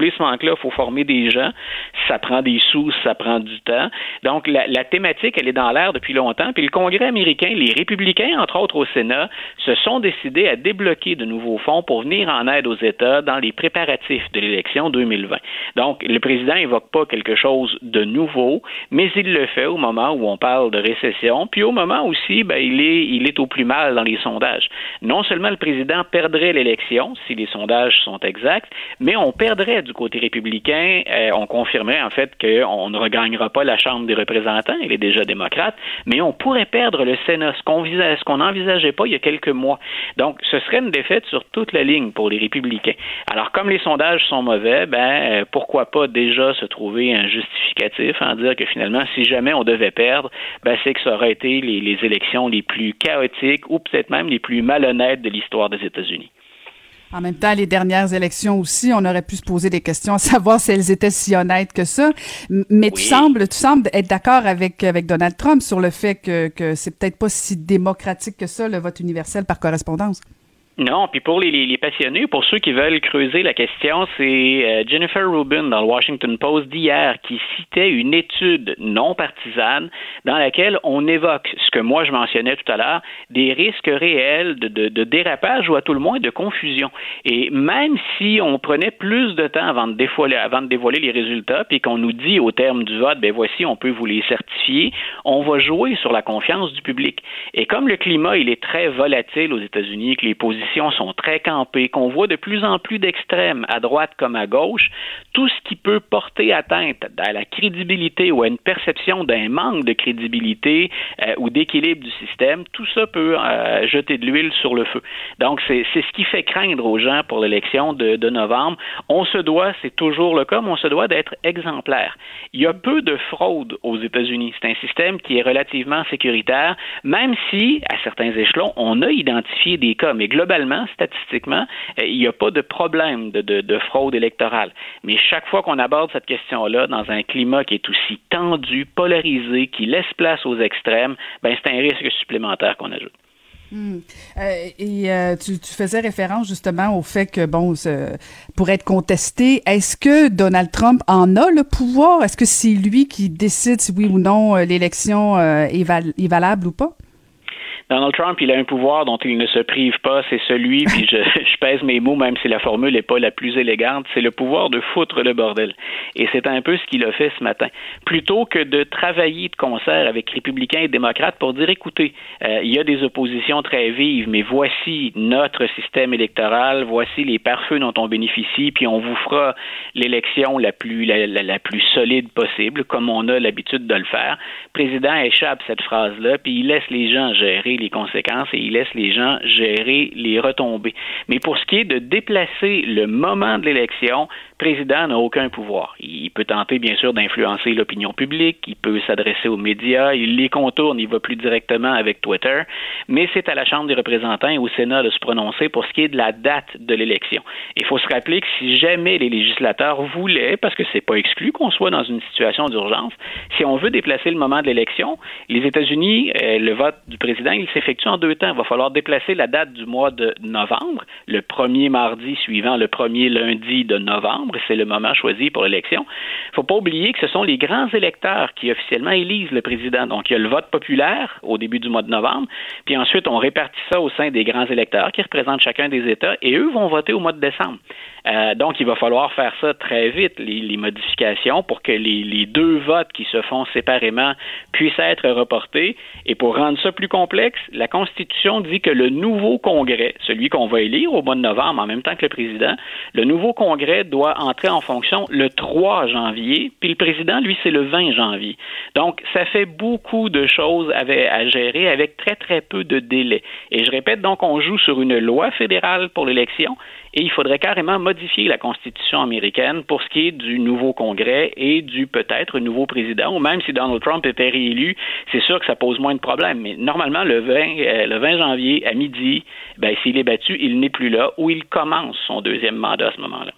là, il faut former des gens. Ça prend des sous, ça prend du temps. Donc, la, la thématique, elle est dans l'air depuis longtemps. Puis le Congrès américain, les républicains, entre autres au Sénat, se sont décidés à débloquer de nouveaux fonds pour venir en aide aux États dans les préparatifs de l'élection deux mille vingt. Donc, le président n'évoque pas quelque chose de nouveau, mais il le fait au moment où on parle de récession, puis au moment aussi, ben, il est, il est au plus mal dans les sondages. Non seulement le président perdrait l'élection, si les sondages sont exacts, mais on perdrait du côté républicain, euh, on confirmerait en fait qu'on ne regagnera pas la Chambre des représentants, il est déjà démocrate, mais on pourrait perdre le Sénat, ce qu'on visa- ce qu'on n'envisageait pas il y a quelques mois. Donc, ce serait une défaite sur toute la ligne pour les républicains. Alors, comme les sondages sont mauvais, ben, euh, pourquoi pas déjà se trouver un justificatif en dire que finalement, si jamais on devait perdre, ben, c'est que ça aurait été les, les élections les plus chaotiques ou peut-être même les plus malhonnêtes de l'histoire des États-Unis. En même temps, les dernières élections aussi, on aurait pu se poser des questions à savoir si elles étaient si honnêtes que ça. Mais oui. tu sembles, tu sembles être d'accord avec avec Donald Trump sur le fait que que c'est peut-être pas si démocratique que ça, le vote universel par correspondance. Non, puis pour les, les, les passionnés, pour ceux qui veulent creuser la question, c'est euh, Jennifer Rubin dans le Washington Post d'hier qui citait une étude non partisane dans laquelle on évoque ce que moi je mentionnais tout à l'heure, des risques réels de, de, de dérapage ou à tout le moins de confusion. Et même si on prenait plus de temps avant de dévoiler, avant de dévoiler les résultats, puis qu'on nous dit au terme du vote, ben voici, on peut vous les certifier, on va jouer sur la confiance du public. Et comme le climat, il est très volatile aux États-Unis, que les positions sont très campées, qu'on voit de plus en plus d'extrêmes, à droite comme à gauche, tout ce qui peut porter atteinte à la crédibilité ou à une perception d'un manque de crédibilité euh, ou d'équilibre du système, tout ça peut euh, jeter de l'huile sur le feu. Donc, c'est, c'est ce qui fait craindre aux gens pour l'élection de, de novembre. On se doit, c'est toujours le cas, mais on se doit d'être exemplaire. Il y a peu de fraude aux États-Unis. C'est un système qui est relativement sécuritaire, même si, à certains échelons, on a identifié des cas, mais globalement, statistiquement, il n'y a pas de problème de, de, de fraude électorale. Mais chaque fois qu'on aborde cette question-là dans un climat qui est aussi tendu, polarisé, qui laisse place aux extrêmes, ben c'est un risque supplémentaire qu'on ajoute. Mmh. Euh, et euh, tu, tu faisais référence justement au fait que, bon, ce, pour être contesté, est-ce que Donald Trump en a le pouvoir? Est-ce que c'est lui qui décide si oui ou non l'élection euh, est, val- est valable ou pas? Donald Trump, il a un pouvoir dont il ne se prive pas, c'est celui, puis je, je pèse mes mots, même si la formule n'est pas la plus élégante, c'est le pouvoir de foutre le bordel. Et c'est un peu ce qu'il a fait ce matin. Plutôt que de travailler de concert avec républicains et démocrates pour dire, écoutez, euh, il y a des oppositions très vives, mais voici notre système électoral, voici les pare-feux dont on bénéficie, puis on vous fera l'élection la plus, la, la, la plus solide possible, comme on a l'habitude de le faire. Le président échappe cette phrase-là, puis il laisse les gens gérer les conséquences et il laisse les gens gérer les retombées. Mais pour ce qui est de déplacer le moment de l'élection, le président n'a aucun pouvoir. Il peut tenter, bien sûr, d'influencer l'opinion publique, il peut s'adresser aux médias, il les contourne, il va plus directement avec Twitter, mais c'est à la Chambre des représentants et au Sénat de se prononcer pour ce qui est de la date de l'élection. Il faut se rappeler que si jamais les législateurs voulaient, parce que c'est pas exclu qu'on soit dans une situation d'urgence, si on veut déplacer le moment de l'élection, les États-Unis, euh, le vote du président, il s'effectue en deux temps. Il va falloir déplacer la date du mois de novembre, le premier mardi suivant le premier lundi de novembre, c'est le moment choisi pour l'élection. Il ne faut pas oublier que ce sont les grands électeurs qui officiellement élisent le président. Donc, il y a le vote populaire au début du mois de novembre, puis ensuite, on répartit ça au sein des grands électeurs qui représentent chacun des États, et eux vont voter au mois de décembre. Euh, donc, il va falloir faire ça très vite, les, les modifications, pour que les, les deux votes qui se font séparément puissent être reportés. Et pour rendre ça plus complexe, la Constitution dit que le nouveau Congrès, celui qu'on va élire au mois de novembre en même temps que le président, le nouveau Congrès doit entrer en fonction le trois janvier, puis le président, lui, c'est le vingt janvier. Donc, ça fait beaucoup de choses avec, à gérer avec très, très peu de délai. Et je répète, donc, on joue sur une loi fédérale pour l'élection, et il faudrait carrément modifier la Constitution américaine pour ce qui est du nouveau Congrès et du peut-être nouveau président, ou même si Donald Trump était réélu, c'est sûr que ça pose moins de problèmes. Mais normalement, le vingt, euh, le vingt janvier à midi, ben, s'il est battu, il n'est plus là, ou il commence son deuxième mandat à ce moment-là.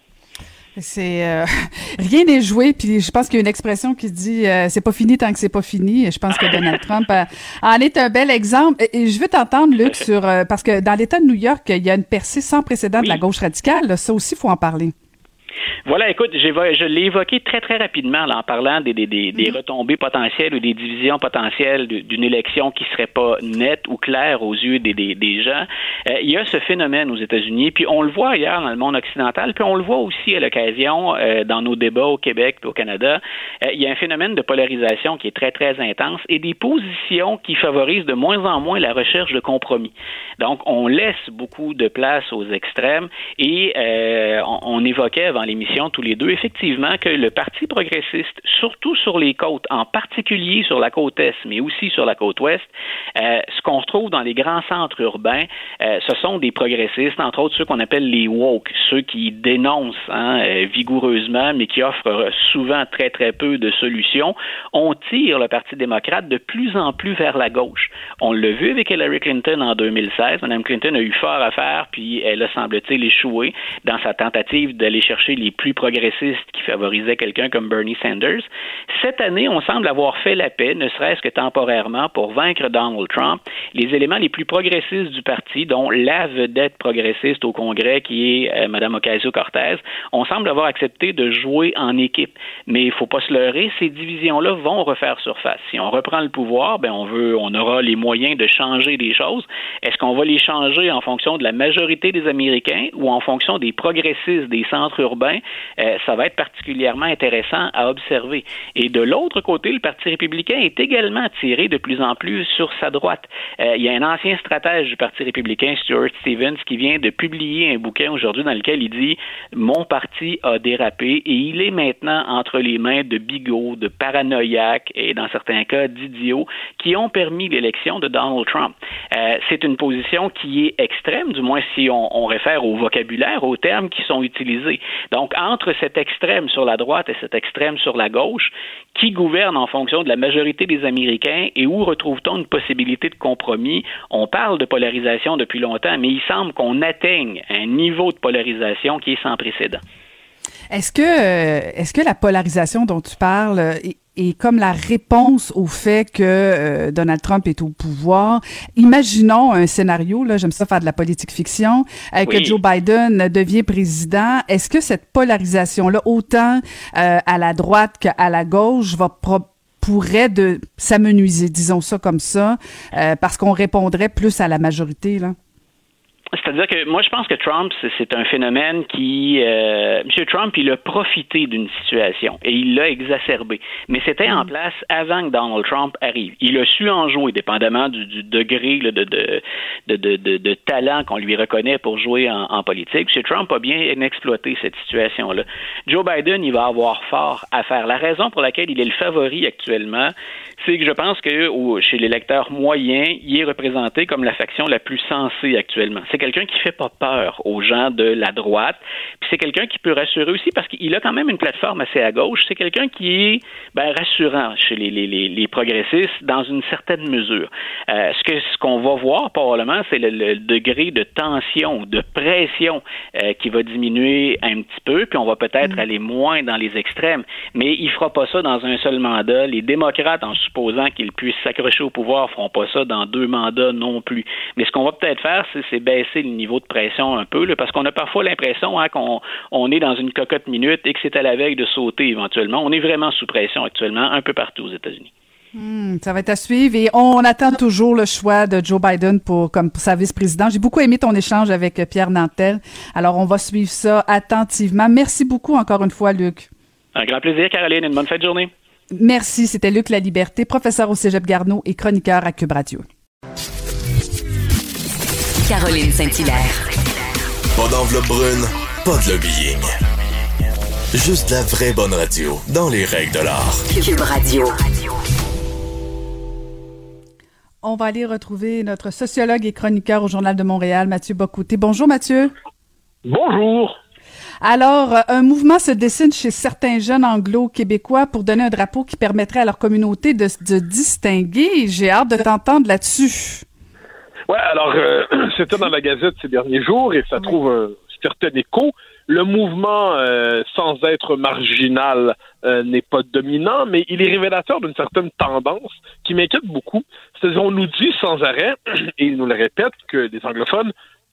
C'est euh, rien n'est joué, puis je pense qu'il y a une expression qui dit euh, c'est pas fini tant que c'est pas fini. Et je pense que Donald Trump euh, en est un bel exemple. Et, et je veux t'entendre, Luc, sur euh, parce que dans l'État de New York, il y a une percée sans précédent oui. de la gauche radicale. Là, ça aussi, il faut en parler. Voilà, écoute, j'ai, je l'ai évoqué très, très rapidement là, en parlant des, des, des, des retombées potentielles ou des divisions potentielles d'une élection qui serait pas nette ou claire aux yeux des, des, des gens. Euh, il y a ce phénomène aux États-Unis, puis on le voit ailleurs dans le monde occidental, puis on le voit aussi à l'occasion euh, dans nos débats au Québec et au Canada. Euh, il y a un phénomène de polarisation qui est très, très intense et des positions qui favorisent de moins en moins la recherche de compromis. Donc, on laisse beaucoup de place aux extrêmes et euh, on, on évoquait avant l'émission tous les deux, effectivement, que le Parti progressiste, surtout sur les côtes, en particulier sur la côte Est, mais aussi sur la côte Ouest, euh, ce qu'on retrouve dans les grands centres urbains, euh, ce sont des progressistes, entre autres ceux qu'on appelle les woke, ceux qui dénoncent hein, euh, vigoureusement, mais qui offrent souvent très, très peu de solutions. On tire le Parti démocrate de plus en plus vers la gauche. On l'a vu avec Hillary Clinton en deux mille seize. Mme Clinton a eu fort à faire, puis elle a, semble-t-il, échoué dans sa tentative d'aller chercher les plus progressistes qui favorisaient quelqu'un comme Bernie Sanders. Cette année, on semble avoir fait la paix, ne serait-ce que temporairement, pour vaincre Donald Trump. Les éléments les plus progressistes du parti, dont la vedette progressiste au Congrès, qui est euh, Mme Ocasio-Cortez, on semble avoir accepté de jouer en équipe. Mais il ne faut pas se leurrer, ces divisions-là vont refaire surface. Si on reprend le pouvoir, ben on veut, on aura les moyens de changer des choses. Est-ce qu'on va les changer en fonction de la majorité des Américains ou en fonction des progressistes des centres urbains? Euh, ça va être particulièrement intéressant à observer. Et de l'autre côté, le Parti républicain est également tiré de plus en plus sur sa droite. Euh, il y a un ancien stratège du Parti républicain, Stuart Stevens, qui vient de publier un bouquin aujourd'hui dans lequel il dit « Mon parti a dérapé et il est maintenant entre les mains de bigots, de paranoïaques et dans certains cas d'idiots qui ont permis l'élection de Donald Trump. Euh, c'est une position qui est extrême, du moins si on, on réfère au vocabulaire, aux termes qui sont utilisés. Donc, entre cet extrême sur la droite et cet extrême sur la gauche, qui gouverne en fonction de la majorité des Américains et où retrouve-t-on une possibilité de compromis? On parle de polarisation depuis longtemps, mais il semble qu'on atteigne un niveau de polarisation qui est sans précédent. Est-ce que, euh, est-ce que la polarisation dont tu parles est, est comme la réponse au fait que euh, Donald Trump est au pouvoir? Imaginons un scénario, là, j'aime ça faire de la politique fiction, euh, oui. que Joe Biden devient président. Est-ce que cette polarisation-là, autant euh, à la droite qu'à la gauche, va pro- pourrait de s'amenuiser, disons ça comme ça, euh, parce qu'on répondrait plus à la majorité, là? C'est-à-dire que moi, je pense que Trump, c'est, c'est un phénomène qui... Euh, M. Trump, il a profité d'une situation et il l'a exacerbé. Mais c'était en place avant que Donald Trump arrive. Il a su en jouer, dépendamment du, du degré là, de, de, de, de, de, de talent qu'on lui reconnaît pour jouer en, en politique. M. Trump a bien exploité cette situation-là. Joe Biden, il va avoir fort à faire. La raison pour laquelle il est le favori actuellement, c'est que je pense que au, chez l'électeur moyen, il est représenté comme la faction la plus sensée actuellement. C'est quelqu'un qui fait pas peur aux gens de la droite, puis c'est quelqu'un qui peut rassurer aussi parce qu'il a quand même une plateforme assez à gauche. C'est quelqu'un qui est ben, rassurant chez les, les, les, les progressistes dans une certaine mesure. Euh, ce que ce qu'on va voir probablement, c'est le, le degré de tension, de pression euh, qui va diminuer un petit peu, puis on va peut-être mmh. aller moins dans les extrêmes. Mais il fera pas ça dans un seul mandat. Les démocrates, en supposant qu'ils puissent s'accrocher au pouvoir, feront pas ça dans deux mandats non plus. Mais ce qu'on va peut-être faire, c'est, c'est baisser le niveau de pression un peu, là, parce qu'on a parfois l'impression hein, qu'on on est dans une cocotte minute et que c'est à la veille de sauter éventuellement. On est vraiment sous pression actuellement un peu partout aux États-Unis. Mmh, ça va être à suivre et on attend toujours le choix de Joe Biden pour comme pour sa vice-présidente. J'ai beaucoup aimé ton échange avec Pierre Nantel. Alors, on va suivre ça attentivement. Merci beaucoup encore une fois, Luc. Un grand plaisir, Caroline. Une bonne fin de journée. Merci. C'était Luc Laliberté, professeur au Cégep Garneau et chroniqueur à Cube Radio. Caroline Saint-Hilaire. Pas d'enveloppe brune, pas de lobbying. Juste la vraie bonne radio, dans les règles de l'art. Cube Radio. On va aller retrouver notre sociologue et chroniqueur au Journal de Montréal, Mathieu Bock-Côté. Bonjour, Mathieu. Bonjour. Alors, un mouvement se dessine chez certains jeunes anglo-québécois pour donner un drapeau qui permettrait à leur communauté de se distinguer. J'ai hâte de t'entendre là-dessus. Ouais, alors, euh, c'était dans la Gazette ces derniers jours et ça oui. trouve un certain écho. Le mouvement, euh, sans être marginal, euh, n'est pas dominant, mais il est révélateur d'une certaine tendance qui m'inquiète beaucoup. C'est-à-dire, on nous dit sans arrêt, et ils nous le répètent, que les anglophones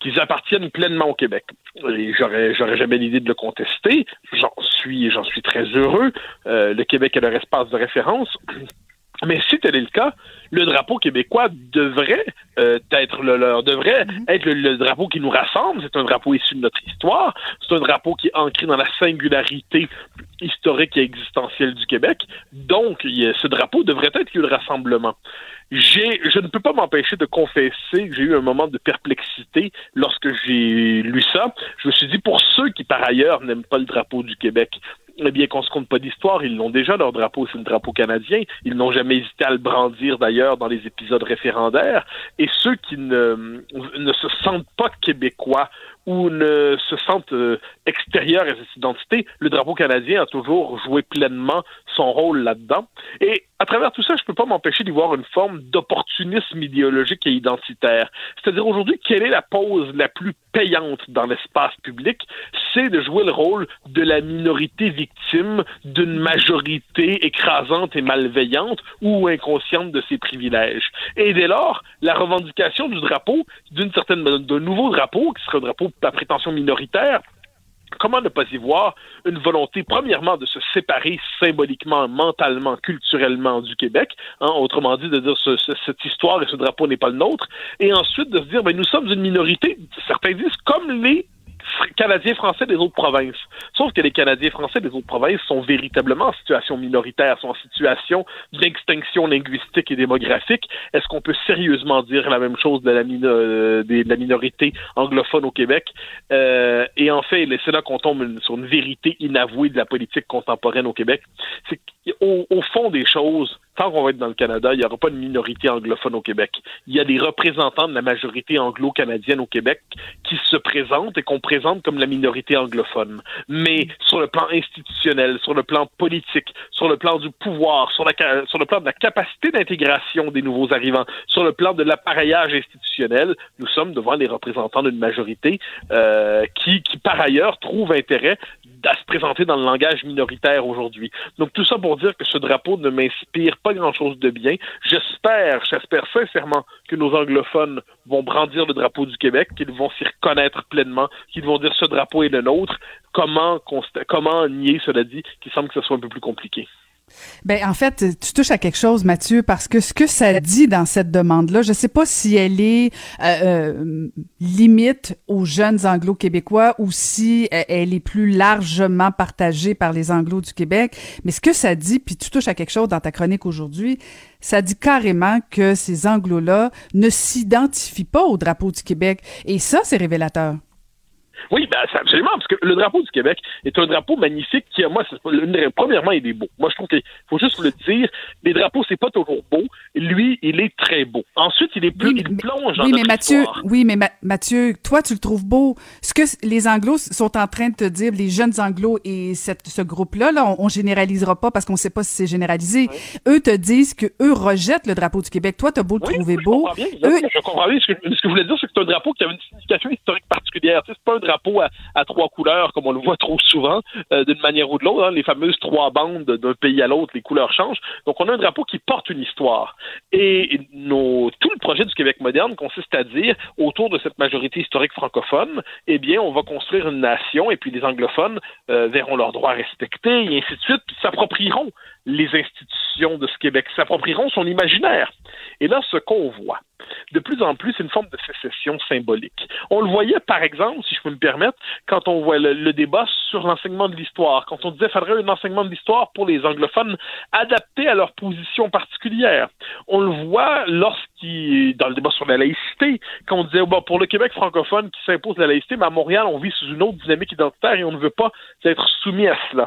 qu'ils appartiennent pleinement au Québec. Et j'aurais, j'aurais jamais l'idée de le contester. J'en suis, j'en suis très heureux. Euh, le Québec est leur espace de référence. Mais si tel est le cas, le drapeau québécois devrait euh, être le leur, devrait mm-hmm. être le, le drapeau qui nous rassemble. C'est un drapeau issu de notre histoire. C'est un drapeau qui est ancré dans la singularité historique et existentielle du Québec. Donc, ce drapeau devrait être le rassemblement. J'ai, je ne peux pas m'empêcher de confesser que j'ai eu un moment de perplexité lorsque j'ai lu ça. Je me suis dit, pour ceux qui, par ailleurs, n'aiment pas le drapeau du Québec, eh bien, qu'on se compte pas d'histoire, ils l'ont déjà, leur drapeau, c'est le drapeau canadien. Ils n'ont jamais hésité à le brandir, d'ailleurs, dans les épisodes référendaires. Et ceux qui ne, ne se sentent pas québécois ou ne se sentent euh, extérieurs à cette identité, le drapeau canadien a toujours joué pleinement son rôle là-dedans. Et à travers tout ça, je peux pas m'empêcher d'y voir une forme d'opportunisme idéologique et identitaire. C'est-à-dire, aujourd'hui, quelle est la pause la plus payante dans l'espace public? C'est de jouer le rôle de la minorité victime d'une majorité écrasante et malveillante ou inconsciente de ses privilèges. Et dès lors, la revendication du drapeau, d'une certaine, d'un nouveau drapeau, qui serait un drapeau à prétention minoritaire, comment ne pas y voir une volonté, premièrement, de se séparer symboliquement, mentalement, culturellement du Québec, hein, autrement dit, de dire ce, ce, cette histoire et ce drapeau n'est pas le nôtre, et ensuite de se dire, ben, nous sommes une minorité, certains disent, comme les Canadiens français des autres provinces. Sauf que les Canadiens français des autres provinces sont véritablement en situation minoritaire, sont en situation d'extinction linguistique et démographique. Est-ce qu'on peut sérieusement dire la même chose de la, mino- euh, de la minorité anglophone au Québec? Euh, et en fait, c'est là qu'on tombe une, sur une vérité inavouée de la politique contemporaine au Québec. C'est qu'au au fond des choses, tant qu'on va être dans le Canada, il n'y aura pas de minorité anglophone au Québec. Il y a des représentants de la majorité anglo-canadienne au Québec qui se présentent et qu'on présente comme la minorité anglophone. Mais sur le plan institutionnel, sur le plan politique, sur le plan du pouvoir, sur, la, sur le plan de la capacité d'intégration des nouveaux arrivants, sur le plan de l'appareillage institutionnel, nous sommes devant les représentants d'une majorité euh, qui, qui, par ailleurs, trouve intérêt à se présenter dans le langage minoritaire aujourd'hui. Donc tout ça pour dire que ce drapeau ne m'inspire pas grand-chose de bien. J'espère, j'espère sincèrement que nos anglophones vont brandir le drapeau du Québec, qu'ils vont s'y reconnaître pleinement, qu'ils vont dire ce drapeau est le nôtre. Comment, consta- comment nier, cela dit, qu'il semble que ce soit un peu plus compliqué. Ben en fait, tu touches à quelque chose, Mathieu, parce que ce que ça dit dans cette demande-là, je sais pas si elle est euh, euh, limite aux jeunes Anglo-Québécois ou si elle est plus largement partagée par les Anglos du Québec, mais ce que ça dit, puis tu touches à quelque chose dans ta chronique aujourd'hui, ça dit carrément que ces Anglos-là ne s'identifient pas au drapeau du Québec, et ça, c'est révélateur. Oui, ben, absolument, parce que le drapeau du Québec est un drapeau magnifique qui, moi, c'est, premièrement, il est beau. Moi, je trouve qu'il faut juste le dire, les drapeaux, c'est pas toujours beau. Lui, il est très beau. Ensuite, il est plus, oui, il plonge dans oui, notre mais Mathieu, histoire. Oui, mais Ma- Mathieu, toi, tu le trouves beau. Ce que les Anglos sont en train de te dire, les jeunes Anglos et cette, ce groupe-là, là, on, on généralisera pas parce qu'on sait pas si c'est généralisé. Oui. Eux te disent que eux rejettent le drapeau du Québec. Toi, t'as beau le oui, trouver oui, beau. Je comprends bien. Eux... Je comprends bien. Ce que, ce que je voulais dire, c'est que c'est un drapeau qui a une signification historique particulière. Tu sais, c'est pas un drapeau à, à trois couleurs, comme on le voit trop souvent, euh, d'une manière ou de l'autre, hein, les fameuses trois bandes d'un pays à l'autre, les couleurs changent. Donc, on a un drapeau qui porte une histoire. Et nos, tout le projet du Québec moderne consiste à dire, autour de cette majorité historique francophone, eh bien, on va construire une nation, et puis les anglophones euh, verront leurs droits respectés, et ainsi de suite, puis s'approprieront les institutions de ce Québec, s'approprieront son imaginaire. Et là, ce qu'on voit, de plus en plus, c'est une forme de sécession symbolique. On le voyait, par exemple, si je peux me permettre, quand on voit le, le débat sur l'enseignement de l'histoire, quand on disait qu'il faudrait un enseignement de l'histoire pour les anglophones adapté à leur position particulière. On le voit lorsqu'il, dans le débat sur la laïcité, quand on disait, bon, pour le Québec francophone qui s'impose la laïcité, mais à Montréal, on vit sous une autre dynamique identitaire et on ne veut pas être soumis à cela.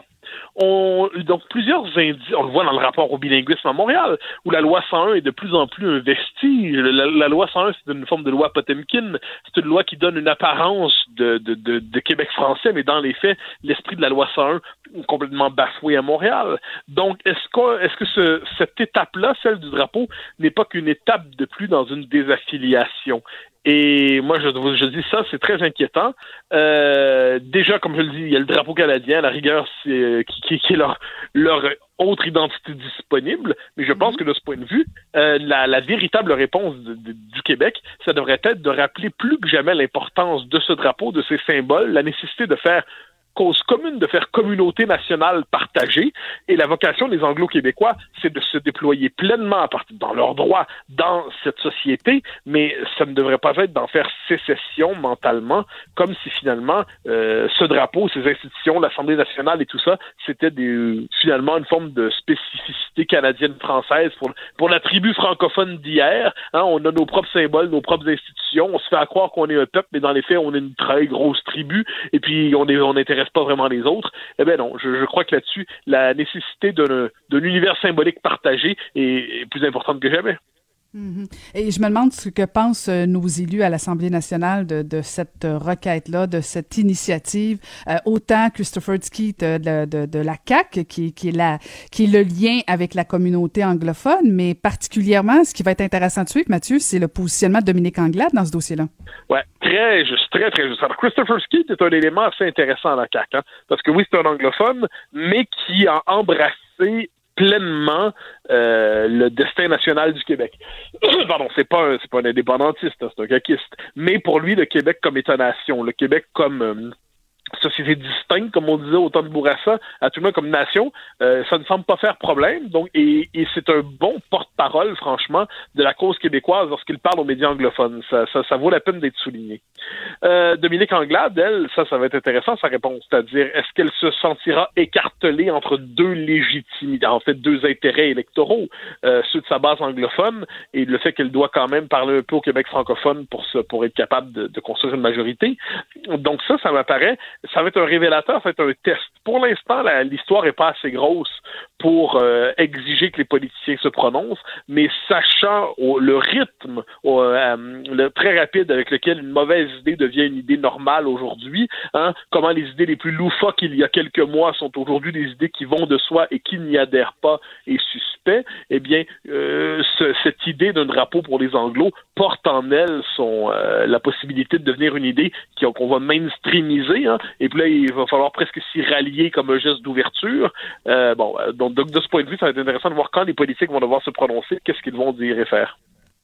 On, donc, plusieurs indices, on le voit dans le rapport au bilinguisme à Montréal, où la loi cent un est de plus en plus un vestige. La, la loi cent un, c'est une forme de loi Potemkin. C'est une loi qui donne une apparence de, de, de, de Québec français, mais dans les faits, l'esprit de la loi cent un est complètement bafoué à Montréal. Donc, est-ce que, est-ce que ce, cette étape-là, celle du drapeau, n'est pas qu'une étape de plus dans une désaffiliation? Et moi, je, je dis ça, c'est très inquiétant. Euh, déjà, comme je le dis, il y a le drapeau canadien, à la rigueur, c'est, qui, qui, qui est leur, leur autre identité disponible. Mais je pense que de ce point de vue, euh, la, la véritable réponse de, de, du Québec, ça devrait être de rappeler plus que jamais l'importance de ce drapeau, de ces symboles, la nécessité de faire cause commune, de faire communauté nationale partagée. Et la vocation des Anglo-Québécois, c'est de se déployer pleinement à partir dans leurs droits dans cette société, mais ça ne devrait pas être d'en faire sécession mentalement, comme si finalement euh, ce drapeau, ces institutions, l'Assemblée nationale et tout ça, c'était des, finalement une forme de spécificité canadienne-française pour, pour la tribu francophone d'hier. Hein, on a nos propres symboles, nos propres institutions, on se fait à croire qu'on est un peuple, mais dans les faits, on est une très grosse tribu, et puis on est on intéresse pas vraiment les autres. Eh bien non, je, je crois que là-dessus, la nécessité d'un, d'un univers symbolique partagé est, est plus importante que jamais. Mm-hmm. Et je me demande ce que pensent nos élus à l'Assemblée nationale de, de cette requête-là, de cette initiative. Euh, autant Christopher Skeet de, de, de la C A Q, qui, qui, est la, qui est le lien avec la communauté anglophone, mais particulièrement, ce qui va être intéressant de suivre, Mathieu, c'est le positionnement de Dominique Anglade dans ce dossier-là. Ouais, très juste, très, très juste. Alors, Christopher Skeet est un élément assez intéressant à la C A Q, hein, parce que oui, c'est un anglophone, mais qui a embrassé pleinement euh, le destin national du Québec. Pardon, c'est pas un, c'est pas un indépendantiste, hein, c'est un caquiste. Mais pour lui, le Québec comme État-nation, le Québec comme euh, société distincte, comme on disait au temps de Bourassa, à tout le monde comme nation, euh, ça ne semble pas faire problème. Donc, et, et c'est un bon porte-parole, franchement, de la cause québécoise lorsqu'il parle aux médias anglophones. Ça, ça, ça vaut la peine d'être souligné. Euh, Dominique Anglade, elle, ça, ça va être intéressant, sa réponse. C'est-à-dire, est-ce qu'elle se sentira écartelée entre deux légitimités, en fait, deux intérêts électoraux, euh, ceux de sa base anglophone et le fait qu'elle doit quand même parler un peu au Québec francophone pour, se, pour être capable de, de construire une majorité. Donc ça, ça m'apparaît ça va être un révélateur, ça va être un test. Pour l'instant, la, l'histoire n'est pas assez grosse pour euh, exiger que les politiciens se prononcent, mais sachant au, le rythme au, euh, le, très rapide avec lequel une mauvaise idée devient une idée normale aujourd'hui, hein, comment les idées les plus loufoques il y a quelques mois sont aujourd'hui des idées qui vont de soi et qui n'y adhèrent pas et suspect, eh bien, euh, ce, cette idée d'un drapeau pour les Anglos porte en elle son, euh, la possibilité de devenir une idée qui, qu'on va mainstreamiser, hein, et puis là, il va falloir presque s'y rallier comme un geste d'ouverture. Euh, bon, donc, donc, de ce point de vue, ça va être intéressant de voir quand les politiques vont devoir se prononcer, qu'est-ce qu'ils vont dire et faire.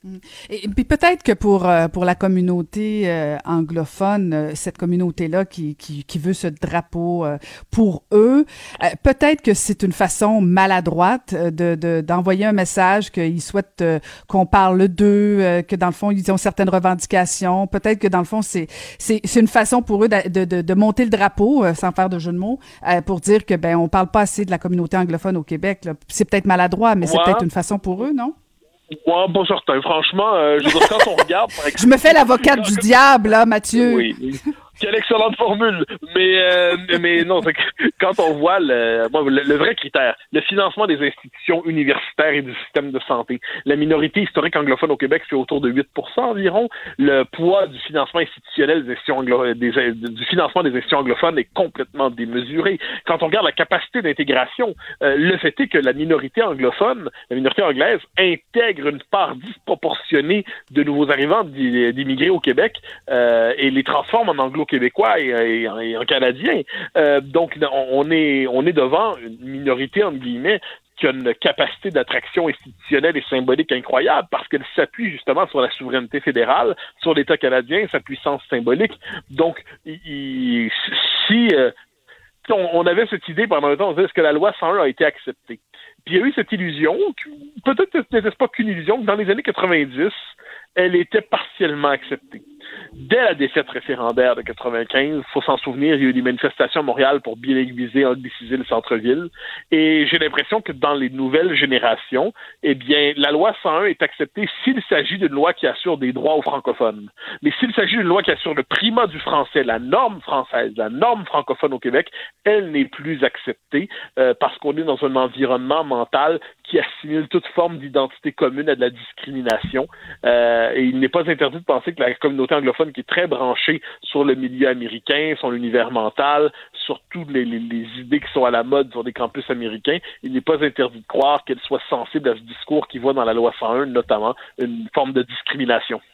Et puis peut-être que pour euh, pour la communauté euh, anglophone, euh, cette communauté-là qui qui qui veut ce drapeau euh, pour eux, euh, peut-être que c'est une façon maladroite de de d'envoyer un message qu'ils souhaitent euh, qu'on parle d'eux, euh, que dans le fond ils ont certaines revendications. Peut-être que dans le fond c'est c'est c'est une façon pour eux de de de monter le drapeau euh, sans faire de jeu de mots euh, pour dire que ben on parle pas assez de la communauté anglophone au Québec. Là. C'est peut-être maladroit, mais ouais. C'est peut-être une façon pour eux, non? Ouais, pas certain. Franchement, euh, je veux dire, quand on regarde, par exemple... Je me fais l'avocate du diable, là, Mathieu. Oui, oui. Quelle excellente formule. Mais, euh, mais non, c'est que quand on voit le, bon, le, le vrai critère, le financement des institutions universitaires et du système de santé, la minorité historique anglophone au Québec fait autour de huit pour cent environ. Le poids du financement institutionnel des institutions anglo- des, du financement des institutions anglophones est complètement démesuré. Quand on regarde la capacité d'intégration, euh, le fait est que la minorité anglophone, la minorité anglaise, intègre une part disproportionnée de nouveaux arrivants d'immigrés au Québec euh, et les transforme en anglo québécois et, et, et en canadiens. Euh, donc, on est, on est devant une minorité, entre guillemets, qui a une capacité d'attraction institutionnelle et symbolique incroyable parce qu'elle s'appuie justement sur la souveraineté fédérale, sur l'État canadien, sa puissance symbolique. Donc, il, si euh, on, on avait cette idée pendant un temps, on disait est-ce que la loi cent un a été acceptée? Puis il y a eu cette illusion, peut-être que ce n'était pas qu'une illusion, que dans les années quatre-vingt-dix, elle était partiellement acceptée. Dès la défaite référendaire de quatre-vingt-quinze, il faut s'en souvenir, il y a eu des manifestations à Montréal pour bilinguiser, angliciser le centre-ville. Et j'ai l'impression que dans les nouvelles générations, eh bien, la loi cent un est acceptée s'il s'agit d'une loi qui assure des droits aux francophones. Mais s'il s'agit d'une loi qui assure le primat du français, la norme française, la norme francophone au Québec, elle n'est plus acceptée euh, parce qu'on est dans un environnement mental qui assimile toute forme d'identité commune à de la discrimination. Euh, et il n'est pas interdit de penser que la communauté anglophone qui est très branchée sur le milieu américain, son univers mental, sur toutes les, les, les idées qui sont à la mode sur des campus américains, il n'est pas interdit de croire qu'elle soit sensible à ce discours qui voit dans la loi cent un, notamment une forme de discrimination.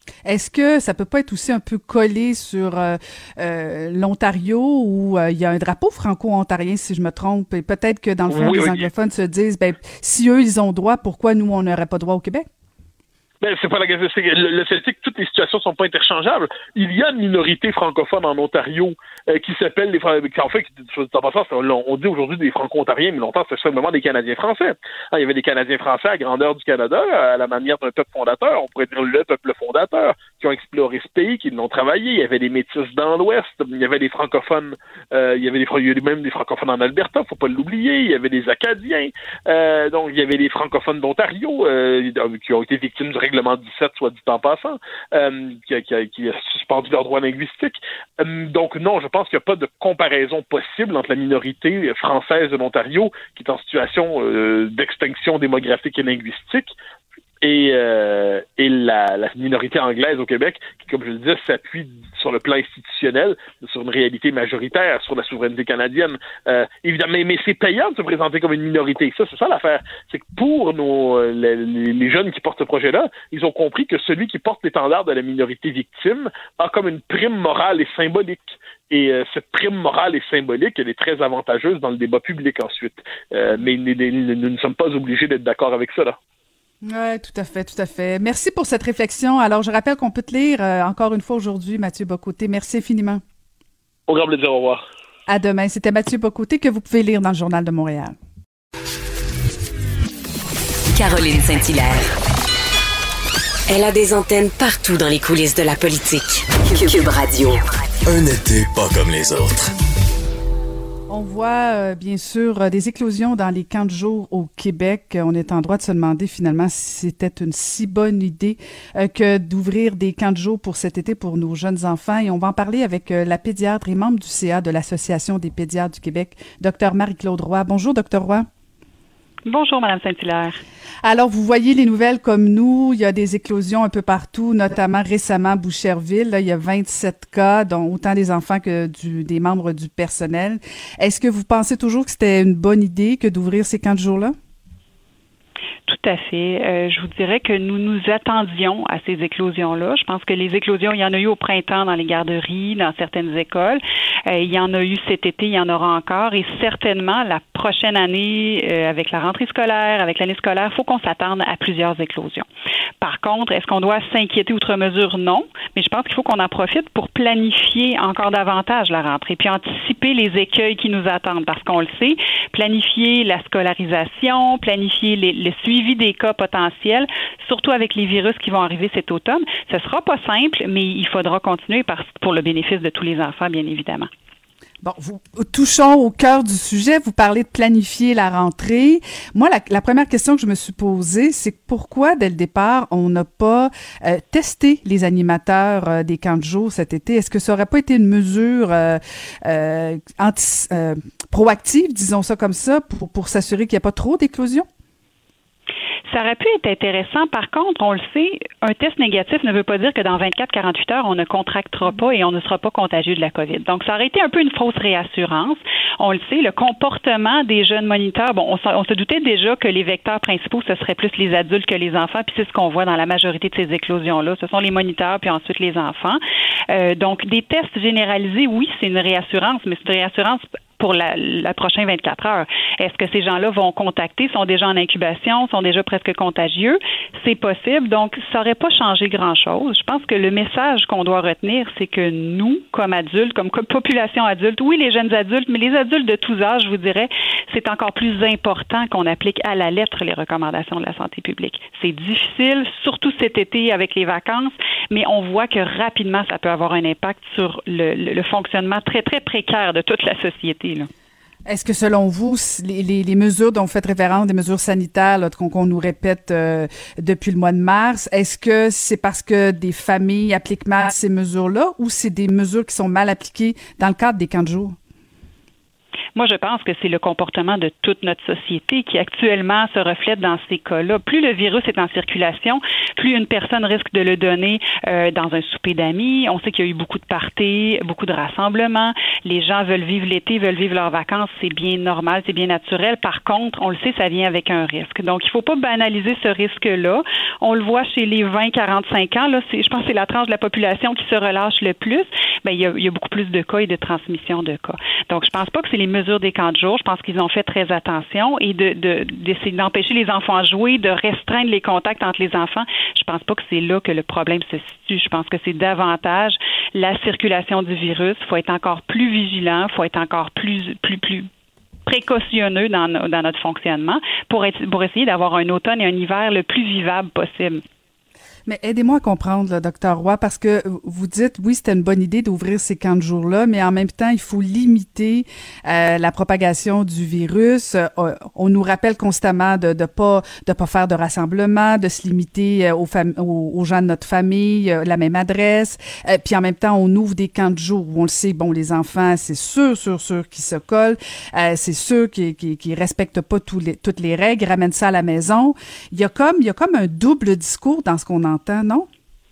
Est-ce que ça peut pas être aussi un peu collé sur euh, euh, l'Ontario où euh, il y a un drapeau franco-ontarien, si je me trompe, et peut-être que dans le fond, oui, les oui. anglophones se disent, ben si eux, ils ont droit, pourquoi nous, on n'aurait pas droit au Québec? Ben, c'est pas la c'est le, le fait est que toutes les situations sont pas interchangeables. Il y a une minorité francophone en Ontario euh, qui s'appelle les qui en fait en passant, on dit aujourd'hui des franco-ontariens, mais longtemps c'était simplement des Canadiens français. Hein, il y avait des Canadiens français à grandeur du Canada, à la manière d'un peuple fondateur, on pourrait dire le peuple fondateur, qui ont exploré ce pays, qui l'ont travaillé. Il y avait des métis dans l'Ouest, il y avait des francophones, euh, il y avait des il y avait même des francophones en Alberta, faut pas l'oublier. Il y avait des Acadiens, euh, donc il y avait des francophones d'Ontario euh, qui ont été victimes du règlement dix-sept, soit dit en passant, euh, qui, a, qui, a, qui a suspendu leurs droits linguistiques. Euh, donc non, je pense qu'il n'y a pas de comparaison possible entre la minorité française de l'Ontario, qui est en situation euh, d'extinction démographique et linguistique, et, euh, et la, la minorité anglaise au Québec, qui, comme je le disais, s'appuie sur le plan institutionnel, sur une réalité majoritaire, sur la souveraineté canadienne. Euh, évidemment, mais, mais c'est payant de se présenter comme une minorité. Ça, c'est ça l'affaire. C'est que pour nos les, les jeunes qui portent ce projet-là, ils ont compris que celui qui porte l'étendard de la minorité victime a comme une prime morale et symbolique. Et euh, cette prime morale et symbolique, elle est très avantageuse dans le débat public ensuite. Euh, mais nous, nous, nous ne sommes pas obligés d'être d'accord avec ça, là. Oui, tout à fait, tout à fait. Merci pour cette réflexion. Alors, je rappelle qu'on peut te lire euh, encore une fois aujourd'hui, Mathieu Bock-Côté. Merci infiniment. Au grand plaisir, au revoir. À demain. C'était Mathieu Bock-Côté que vous pouvez lire dans le Journal de Montréal. Caroline Saint-Hilaire. Elle a des antennes partout dans les coulisses de la politique. Cube Radio. Un été pas comme les autres. On voit euh, bien sûr euh, des éclosions dans les camps de jour au Québec. On est en droit de se demander finalement si c'était une si bonne idée euh, que d'ouvrir des camps de jour pour cet été pour nos jeunes enfants. Et on va en parler avec euh, la pédiatre et membre du C A de l'Association des pédiatres du Québec, Dr Marie-Claude Roy. Bonjour, Dr Roy. Bonjour, Madame Saint-Hilaire. Alors, vous voyez les nouvelles comme nous. Il y a des éclosions un peu partout, notamment récemment à Boucherville. Là, il y a vingt-sept cas, dont autant des enfants que du, des membres du personnel. Est-ce que vous pensez toujours que c'était une bonne idée que d'ouvrir ces camps de jour-là? Tout à fait. Euh, je vous dirais que nous nous attendions à ces éclosions-là. Je pense que les éclosions, il y en a eu au printemps dans les garderies, dans certaines écoles. Euh, il y en a eu cet été, il y en aura encore. Et certainement, la prochaine année, euh, avec la rentrée scolaire, avec l'année scolaire, il faut qu'on s'attende à plusieurs éclosions. Par contre, est-ce qu'on doit s'inquiéter outre mesure? Non. Mais je pense qu'il faut qu'on en profite pour planifier encore davantage la rentrée, puis anticiper les écueils qui nous attendent. Parce qu'on le sait, planifier la scolarisation, planifier les, le suivi des cas potentiels, surtout avec les virus qui vont arriver cet automne. Ce sera pas simple, mais il faudra continuer parce, pour le bénéfice de tous les enfants, bien évidemment. Bon, vous touchons au cœur du sujet, vous parlez de planifier la rentrée. Moi, la, la première question que je me suis posée, c'est pourquoi, dès le départ, on n'a pas euh, testé les animateurs euh, des camps de jour cet été? Est-ce que ça aurait pas été une mesure euh, euh, anti, euh, proactive, disons ça comme ça, pour, pour s'assurer qu'il n'y a pas trop d'éclosions? Ça aurait pu être intéressant. Par contre, on le sait, un test négatif ne veut pas dire que dans vingt-quatre à quarante-huit heures, on ne contractera pas et on ne sera pas contagieux de la COVID. Donc, ça aurait été un peu une fausse réassurance. On le sait, le comportement des jeunes moniteurs, bon, on, on se doutait déjà que les vecteurs principaux, ce serait plus les adultes que les enfants, puis c'est ce qu'on voit dans la majorité de ces éclosions-là. Ce sont les moniteurs, puis ensuite les enfants. Euh, donc, des tests généralisés, oui, c'est une réassurance, mais c'est une réassurance pour la, la prochaine vingt-quatre heures. Est-ce que ces gens-là vont contacter, sont déjà en incubation, sont déjà presque contagieux? C'est possible. Donc, ça n'aurait pas changé grand-chose. Je pense que le message qu'on doit retenir, c'est que nous, comme adultes, comme population adulte, oui, les jeunes adultes, mais les adultes de tous âges, je vous dirais, c'est encore plus important qu'on applique à la lettre les recommandations de la santé publique. C'est difficile, surtout cet été avec les vacances, mais on voit que rapidement, ça peut avoir un impact sur le, le, le fonctionnement très, très précaire de toute la société. Là. Est-ce que selon vous, les, les, les mesures dont vous faites référence, des mesures sanitaires là, qu'on, qu'on nous répète euh, depuis le mois de mars, est-ce que c'est parce que des familles appliquent mal ces mesures-là ou c'est des mesures qui sont mal appliquées dans le cadre des camps de jour? Moi, je pense que c'est le comportement de toute notre société qui actuellement se reflète dans ces cas-là. Plus le virus est en circulation, plus une personne risque de le donner euh, dans un souper d'amis. On sait qu'il y a eu beaucoup de parties, beaucoup de rassemblements. Les gens veulent vivre l'été, veulent vivre leurs vacances. C'est bien normal, c'est bien naturel. Par contre, on le sait, ça vient avec un risque. Donc, il ne faut pas banaliser ce risque-là. On le voit chez les vingt à quarante-cinq ans. Là, c'est, je pense que c'est la tranche de la population qui se relâche le plus. Bien, il y a, il y a beaucoup plus de cas et de transmission de cas. Donc, je pense pas que c'est les mesures des camps de jour. Je pense qu'ils ont fait très attention et de, de, d'essayer d'empêcher les enfants de jouer, de restreindre les contacts entre les enfants. Je pense pas que c'est là que le problème se situe. Je pense que c'est davantage la circulation du virus. Il faut être encore plus vigilant, il faut être encore plus, plus, plus précautionneux dans, dans notre fonctionnement pour, être, pour essayer d'avoir un automne et un hiver le plus vivable possible. Mais aidez-moi à comprendre, là, docteur Roy, parce que vous dites, oui, c'était une bonne idée d'ouvrir ces camps de jour-là, mais en même temps, il faut limiter euh, la propagation du virus. Euh, on nous rappelle constamment de de pas de pas faire de rassemblement, de se limiter aux, fam- aux, aux gens de notre famille, euh, la même adresse. Euh, puis en même temps, on ouvre des camps de jour où on le sait, bon, les enfants, c'est sûr, sûr, sûr qu'ils se collent. Euh, c'est sûr qu'ils, qu'ils, qu'ils respectent pas tous les, toutes les règles, ramènent ça à la maison. Il y a comme, il y a comme un double discours dans ce qu'on entend. Non?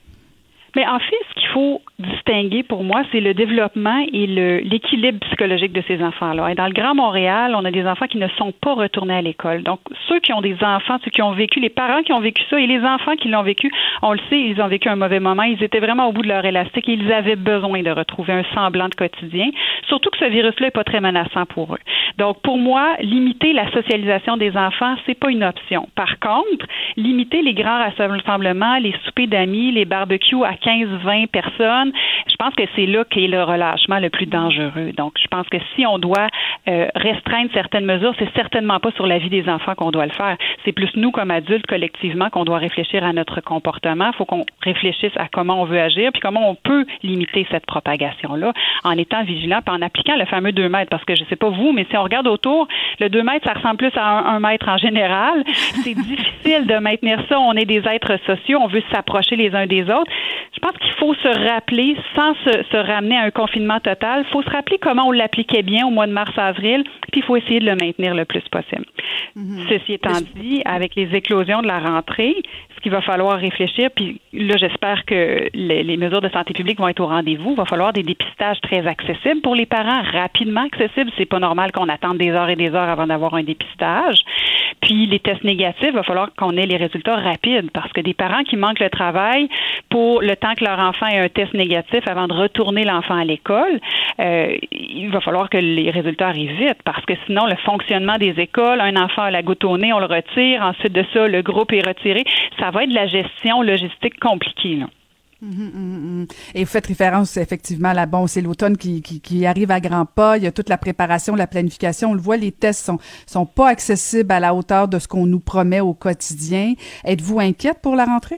Mais en fait, ce qu'il faut distinguer pour moi, c'est le développement et le, l'équilibre psychologique de ces enfants-là. Et dans le Grand Montréal, on a des enfants qui ne sont pas retournés à l'école. Donc, ceux qui ont des enfants, ceux qui ont vécu, les parents qui ont vécu ça et les enfants qui l'ont vécu, on le sait, ils ont vécu un mauvais moment. Ils étaient vraiment au bout de leur élastique et ils avaient besoin de retrouver un semblant de quotidien. Surtout que ce virus-là n'est pas très menaçant pour eux. Donc, pour moi, limiter la socialisation des enfants, c'est pas une option. Par contre, limiter les grands rassemblements, les soupers d'amis, les barbecues à quinze vingt personnes, je pense que c'est là qu'est le relâchement le plus dangereux. Donc, je pense que si on doit euh, restreindre certaines mesures, c'est certainement pas sur la vie des enfants qu'on doit le faire. C'est plus nous, comme adultes, collectivement, qu'on doit réfléchir à notre comportement. Il faut qu'on réfléchisse à comment on veut agir puis comment on peut limiter cette propagation-là en étant vigilant puis en appliquant le fameux deux mètres. Parce que je sais pas vous, mais si on regarde autour, le deux mètres, ça ressemble plus à un, un mètre en général. C'est difficile de maintenir ça. On est des êtres sociaux. On veut s'approcher les uns des autres. Je pense qu'il faut se rappeler, sans se, se ramener à un confinement total, il faut se rappeler comment on l'appliquait bien au mois de mars-avril, puis il faut essayer de le maintenir le plus possible. Mm-hmm. Ceci étant dit, avec les éclosions de la rentrée, ce qu'il va falloir réfléchir, puis là, j'espère que les, les mesures de santé publique vont être au rendez-vous, il va falloir des dépistages très accessibles pour les parents, rapidement accessibles. C'est pas normal qu'on attende des heures et des heures avant d'avoir un dépistage. Puis les tests négatifs, il va falloir qu'on ait les résultats rapides, parce que des parents qui manquent le travail pour le temps que leur enfant ait un test négatif avant de retourner l'enfant à l'école, euh, il va falloir que les résultats arrivent vite, parce que sinon, le fonctionnement des écoles, un enfant a la goutte au nez, on le retire, ensuite de ça, le groupe est retiré. Ça va être de la gestion logistique compliquée, là. Mmh, mmh, mmh. Et vous faites référence effectivement là, bon, c'est l'automne qui, qui, qui arrive à grands pas. Il y a toute la préparation, la planification. On le voit, les tests sont sont pas accessibles à la hauteur de ce qu'on nous promet au quotidien. Êtes-vous inquiète pour la rentrée?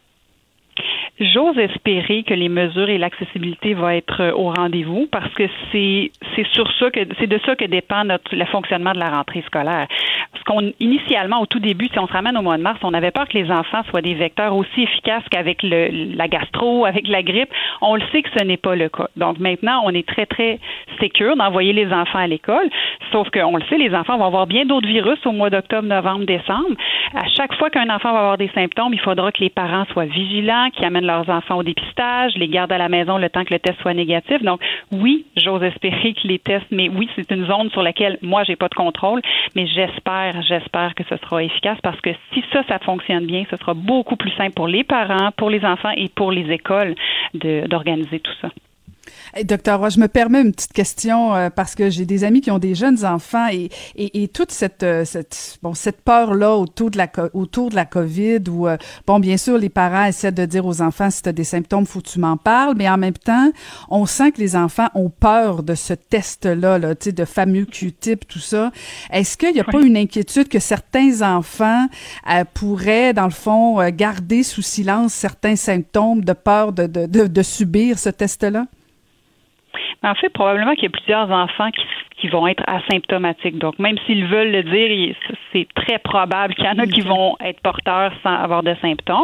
J'ose espérer que les mesures et l'accessibilité vont être au rendez-vous, parce que c'est c'est sur ça que c'est de ça que dépend notre le fonctionnement de la rentrée scolaire. Parce qu'on initialement au tout début, si on se ramène au mois de mars, on avait peur que les enfants soient des vecteurs aussi efficaces qu'avec le la gastro, avec la grippe. On le sait que ce n'est pas le cas. Donc maintenant, on est très très sécure d'envoyer les enfants à l'école. Sauf qu'on le sait, les enfants vont avoir bien d'autres virus au mois d'octobre, novembre, décembre. À chaque fois qu'un enfant va avoir des symptômes, il faudra que les parents soient vigilants, qu'ils amènent leurs enfants au dépistage, les gardent à la maison le temps que le test soit négatif. Donc, oui, j'ose espérer que les tests, mais oui, c'est une zone sur laquelle moi, j'ai pas de contrôle, mais j'espère, j'espère que ce sera efficace, parce que si ça, ça fonctionne bien, ce sera beaucoup plus simple pour les parents, pour les enfants et pour les écoles de, d'organiser tout ça. Hey, docteur Roy, je me permets une petite question euh, parce que j'ai des amis qui ont des jeunes enfants et, et, et toute cette, euh, cette, bon, cette peur-là autour de la, autour de la COVID où, euh, bon, bien sûr, les parents essaient de dire aux enfants, si tu as des symptômes, faut que tu m'en parles, mais en même temps, on sent que les enfants ont peur de ce test-là, là, tu sais, de fameux Q-tip, tout ça. Est-ce qu'il n'y a oui. pas une inquiétude que certains enfants euh, pourraient, dans le fond, euh, garder sous silence certains symptômes de peur de, de, de, de subir ce test-là? En fait, probablement qu'il y a plusieurs enfants qui, qui vont être asymptomatiques. Donc, même s'ils veulent le dire, c'est très probable qu'il y en a qui vont être porteurs sans avoir de symptômes.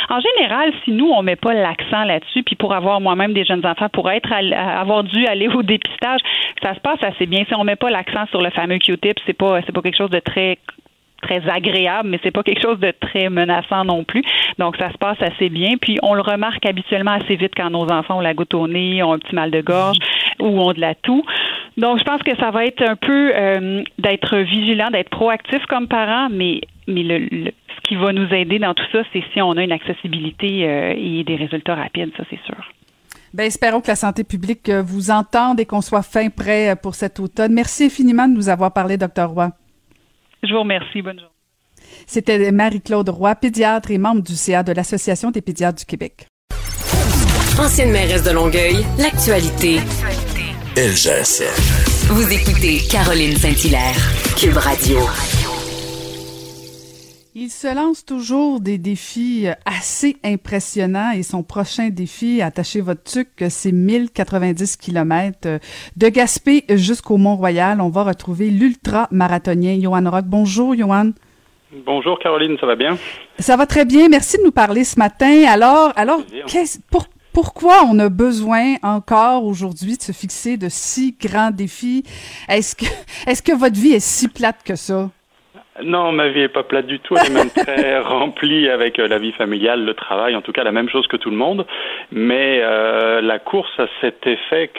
En général, si nous, on met pas l'accent là-dessus, puis pour avoir moi-même des jeunes enfants, pour être à, avoir dû aller au dépistage, ça se passe assez bien. Si on met pas l'accent sur le fameux Q-tip, c'est pas, c'est pas quelque chose de très très agréable, mais c'est pas quelque chose de très menaçant non plus. Donc, ça se passe assez bien. Puis, on le remarque habituellement assez vite quand nos enfants ont la goutte au nez, ont un petit mal de gorge ou ont de la toux. Donc, je pense que ça va être un peu euh, d'être vigilant, d'être proactif comme parents, mais, mais le, le, ce qui va nous aider dans tout ça, c'est si on a une accessibilité euh, et des résultats rapides, ça, c'est sûr. Bien, espérons que la santé publique vous entende et qu'on soit fin prêt pour cet automne. Merci infiniment de nous avoir parlé, docteur Roy. Je vous remercie. Bonne journée. C'était Marie-Claude Roy, pédiatre et membre du C A de l'Association des pédiatres du Québec. Ancienne mairesse de Longueuil, l'actualité. Elle gère ça. Vous écoutez Caroline Saint-Hilaire, Cube Radio. Il se lance toujours des défis assez impressionnants et son prochain défi, attachez votre tuque, c'est mille quatre-vingt-dix kilomètres de Gaspé jusqu'au Mont-Royal. On va retrouver l'ultra-marathonien Johan Rock. Bonjour, Johan. Bonjour, Caroline, ça va bien? Ça va très bien. Merci de nous parler ce matin. Alors, alors, qu'est-ce, pour, pourquoi on a besoin encore aujourd'hui de se fixer de si grands défis? Est-ce que, est-ce que votre vie est si plate que ça? Non, ma vie est pas plate du tout, elle est même très remplie avec euh, la vie familiale, le travail, en tout cas la même chose que tout le monde. Mais euh, la course a cet effet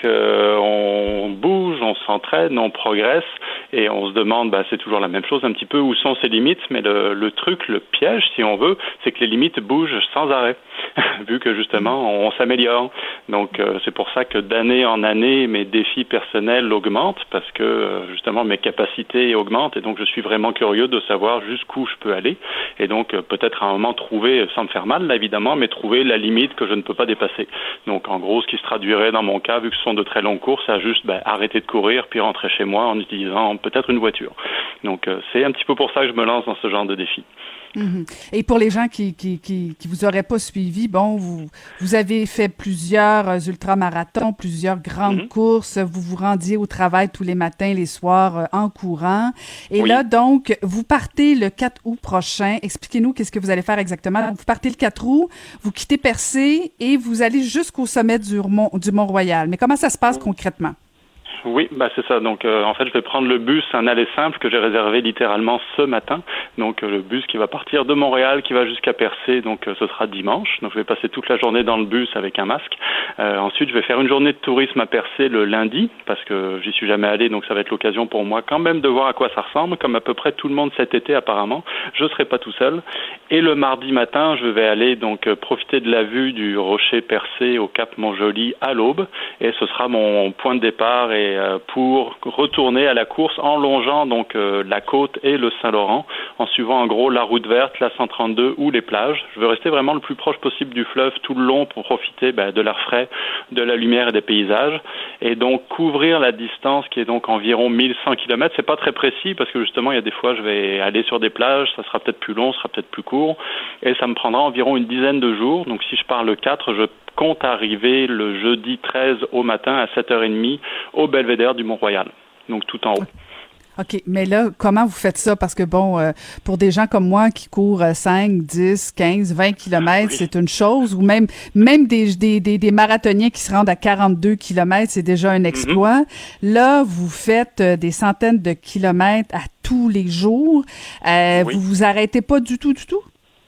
qu'on bouge, on s'entraîne, on progresse et on se demande, bah, c'est toujours la même chose un petit peu, où sont ses limites. Mais le, le truc, le piège, si on veut, c'est que les limites bougent sans arrêt, vu que justement on, on s'améliore. Donc euh, c'est pour ça que d'année en année, mes défis personnels augmentent parce que euh, justement mes capacités augmentent et donc je suis vraiment curieux de savoir jusqu'où je peux aller et donc euh, peut-être à un moment trouver, sans me faire mal là, évidemment, mais trouver la limite que je ne peux pas dépasser. Donc en gros, ce qui se traduirait dans mon cas, vu que ce sont de très longues courses, à juste ben, arrêter de courir puis rentrer chez moi en utilisant peut-être une voiture. Donc euh, c'est un petit peu pour ça que je me lance dans ce genre de défi. Mm-hmm. Et pour les gens qui qui qui, qui vous auraient pas suivi, bon, vous vous avez fait plusieurs euh, ultramarathons, plusieurs grandes mm-hmm. courses, vous vous rendiez au travail tous les matins, les soirs euh, en courant. Et oui. Là donc, vous partez le quatre août prochain. Expliquez-nous qu'est-ce que vous allez faire exactement. Donc, vous partez le quatre août, vous quittez Percé et vous allez jusqu'au sommet du Mont du Mont-Royal. Mais comment ça se passe concrètement? Oui, bah c'est ça. Donc euh, en fait, je vais prendre le bus, un aller simple que j'ai réservé littéralement ce matin. Donc euh, le bus qui va partir de Montréal, qui va jusqu'à Percé. Donc euh, ce sera dimanche. Donc je vais passer toute la journée dans le bus avec un masque. Euh, ensuite, je vais faire une journée de tourisme à Percé le lundi parce que j'y suis jamais allé. Donc ça va être l'occasion pour moi quand même de voir à quoi ça ressemble, comme à peu près tout le monde cet été apparemment. Je serai pas tout seul. Et le mardi matin, je vais aller donc euh, profiter de la vue du rocher Percé au Cap Montjoli à l'aube. Et ce sera mon point de départ et pour retourner à la course en longeant donc euh, la côte et le Saint-Laurent, en suivant en gros la route verte, la cent trente-deux ou les plages. Je veux rester vraiment le plus proche possible du fleuve tout le long pour profiter bah, de l'air frais, de la lumière et des paysages, et donc couvrir la distance qui est donc environ mille cent kilomètres. C'est pas très précis parce que justement il y a des fois je vais aller sur des plages, ça sera peut-être plus long, ça sera peut-être plus court, et ça me prendra environ une dizaine de jours. Donc si je pars le quatre, je compte arriver le jeudi treize au matin à sept heures trente au belvédère du Mont-Royal, donc tout en haut. OK, mais là, comment vous faites ça? Parce que, bon, euh, pour des gens comme moi qui courent cinq, dix, quinze, vingt kilomètres, oui. C'est une chose, ou même même des, des, des, des marathoniens qui se rendent à quarante-deux kilomètres, c'est déjà un exploit. Mm-hmm. Là, vous faites euh, des centaines de kilomètres à tous les jours. Euh, oui. Vous vous arrêtez pas du tout, du tout?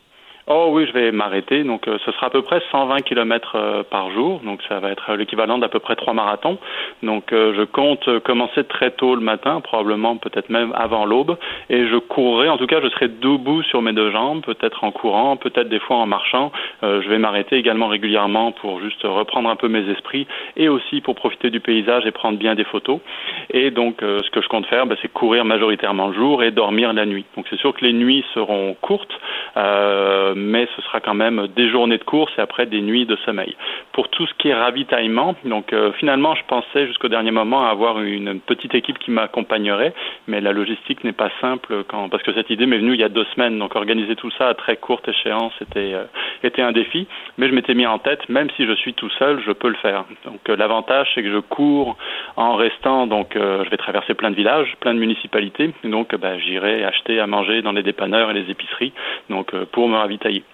Oh oui, je vais m'arrêter. Donc, euh, ce sera à peu près cent vingt kilomètres euh, par jour. Donc, ça va être l'équivalent d'à peu près trois marathons. Donc, euh, je compte commencer très tôt le matin, probablement peut-être même avant l'aube. Et je courrai, en tout cas, je serai debout sur mes deux jambes, peut-être en courant, peut-être des fois en marchant. Euh, je vais m'arrêter également régulièrement pour juste reprendre un peu mes esprits et aussi pour profiter du paysage et prendre bien des photos. Et donc, euh, ce que je compte faire, bah, c'est courir majoritairement le jour et dormir la nuit. Donc, c'est sûr que les nuits seront courtes. Euh, mais ce sera quand même des journées de course et après des nuits de sommeil. Pour tout ce qui est ravitaillement, donc euh, finalement, je pensais jusqu'au dernier moment avoir une petite équipe qui m'accompagnerait, mais la logistique n'est pas simple quand, parce que cette idée m'est venue il y a deux semaines, donc organiser tout ça à très courte échéance était, euh, était un défi, mais je m'étais mis en tête, même si je suis tout seul, je peux le faire. Donc euh, l'avantage, c'est que je cours en restant, donc euh, je vais traverser plein de villages, plein de municipalités, donc euh, bah, j'irai acheter à manger dans les dépanneurs et les épiceries, donc euh, pour me ravitailler.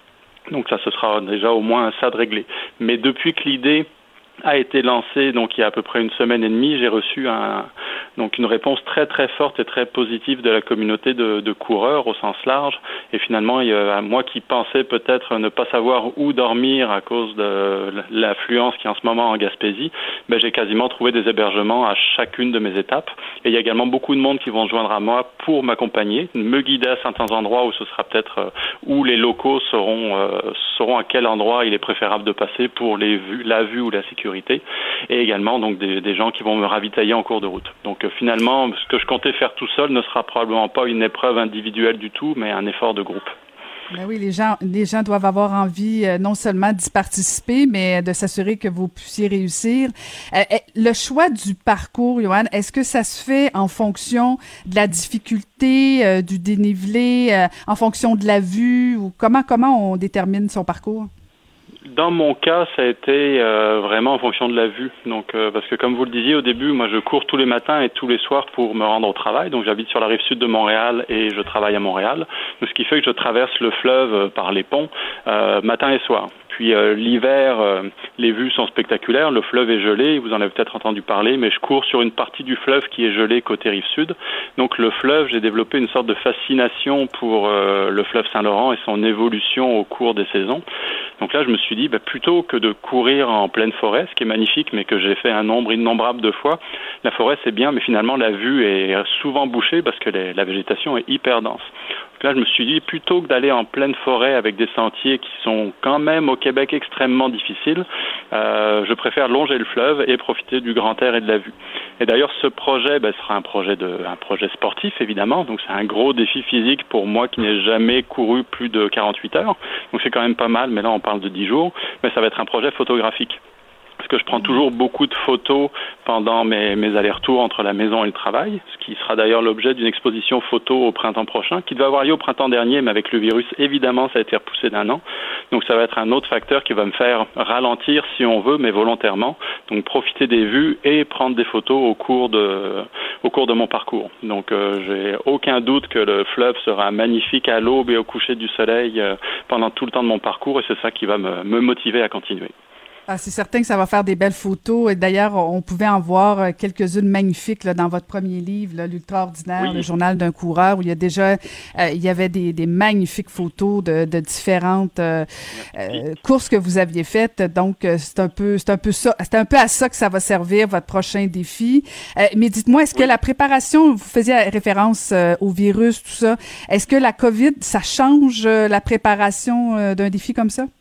Donc ça, ce sera déjà au moins ça de réglé. Mais depuis que l'idée a été lancé donc il y a à peu près une semaine et demie, j'ai reçu un, donc une réponse très très forte et très positive de la communauté de, de coureurs au sens large. Et finalement, il y a, moi qui pensais peut-être ne pas savoir où dormir à cause de l'affluence qui est en ce moment en Gaspésie, ben j'ai quasiment trouvé des hébergements à chacune de mes étapes. Et il y a également beaucoup de monde qui vont se joindre à moi pour m'accompagner, me guider à certains endroits où ce sera peut-être euh, où les locaux sauront euh, sauront à quel endroit il est préférable de passer pour les vues, la vue ou la sécurité. Et également donc des, des gens qui vont me ravitailler en cours de route. Donc euh, finalement, ce que je comptais faire tout seul ne sera probablement pas une épreuve individuelle du tout, mais un effort de groupe. Ben oui, les gens, les gens doivent avoir envie euh, non seulement d'y participer, mais de s'assurer que vous puissiez réussir. Euh, le choix du parcours, Johan, est-ce que ça se fait en fonction de la difficulté, euh, du dénivelé, euh, en fonction de la vue, ou comment comment on détermine son parcours? Dans mon cas, ça a été euh, vraiment en fonction de la vue. Donc, euh, parce que comme vous le disiez au début, moi je cours tous les matins et tous les soirs pour me rendre au travail. Donc j'habite sur la rive sud de Montréal et je travaille à Montréal. Donc, ce qui fait que je traverse le fleuve euh, par les ponts euh, matin et soir. Puis euh, l'hiver, euh, les vues sont spectaculaires. Le fleuve est gelé, vous en avez peut-être entendu parler, mais je cours sur une partie du fleuve qui est gelée côté rive sud. Donc le fleuve, j'ai développé une sorte de fascination pour euh, le fleuve Saint-Laurent et son évolution au cours des saisons. Donc là, je me suis dit, bah, plutôt que de courir en pleine forêt, ce qui est magnifique, mais que j'ai fait un nombre innombrable de fois, la forêt c'est bien, mais finalement la vue est souvent bouchée parce que les, la végétation est hyper dense. Donc là, je me suis dit, plutôt que d'aller en pleine forêt avec des sentiers qui sont quand même au Québec extrêmement difficiles, euh, je préfère longer le fleuve et profiter du grand air et de la vue. Et d'ailleurs, ce projet bah, sera un projet de, un projet sportif évidemment. Donc c'est un gros défi physique pour moi qui n'ai jamais couru plus de quarante-huit heures. Donc c'est quand même pas mal, mais là on parle de dix jours. Mais ça va être un projet photographique. Parce que je prends toujours beaucoup de photos pendant mes, mes allers-retours entre la maison et le travail, ce qui sera d'ailleurs l'objet d'une exposition photo au printemps prochain, qui devait avoir lieu au printemps dernier, mais avec le virus, évidemment, ça a été repoussé d'un an. Donc ça va être un autre facteur qui va me faire ralentir, si on veut, mais volontairement. Donc profiter des vues et prendre des photos au cours de, au cours de mon parcours. Donc euh, j'ai aucun doute que le fleuve sera magnifique à l'aube et au coucher du soleil euh, pendant tout le temps de mon parcours, et c'est ça qui va me, me motiver à continuer. Ah, c'est certain que ça va faire des belles photos. Et d'ailleurs, on pouvait en voir quelques-unes magnifiques là, dans votre premier livre, là, L'Ultraordinaire, oui. Le journal d'un coureur, où il y a déjà, euh, il y avait des, des magnifiques photos de, de différentes euh, euh, courses que vous aviez faites. Donc, c'est un peu, c'est un peu ça, c'est un peu à ça que ça va servir votre prochain défi. Euh, mais dites-moi, est-ce oui. que la préparation, vous faisiez référence euh, au virus, tout ça, est-ce que la COVID, ça change euh, la préparation euh, d'un défi comme ça?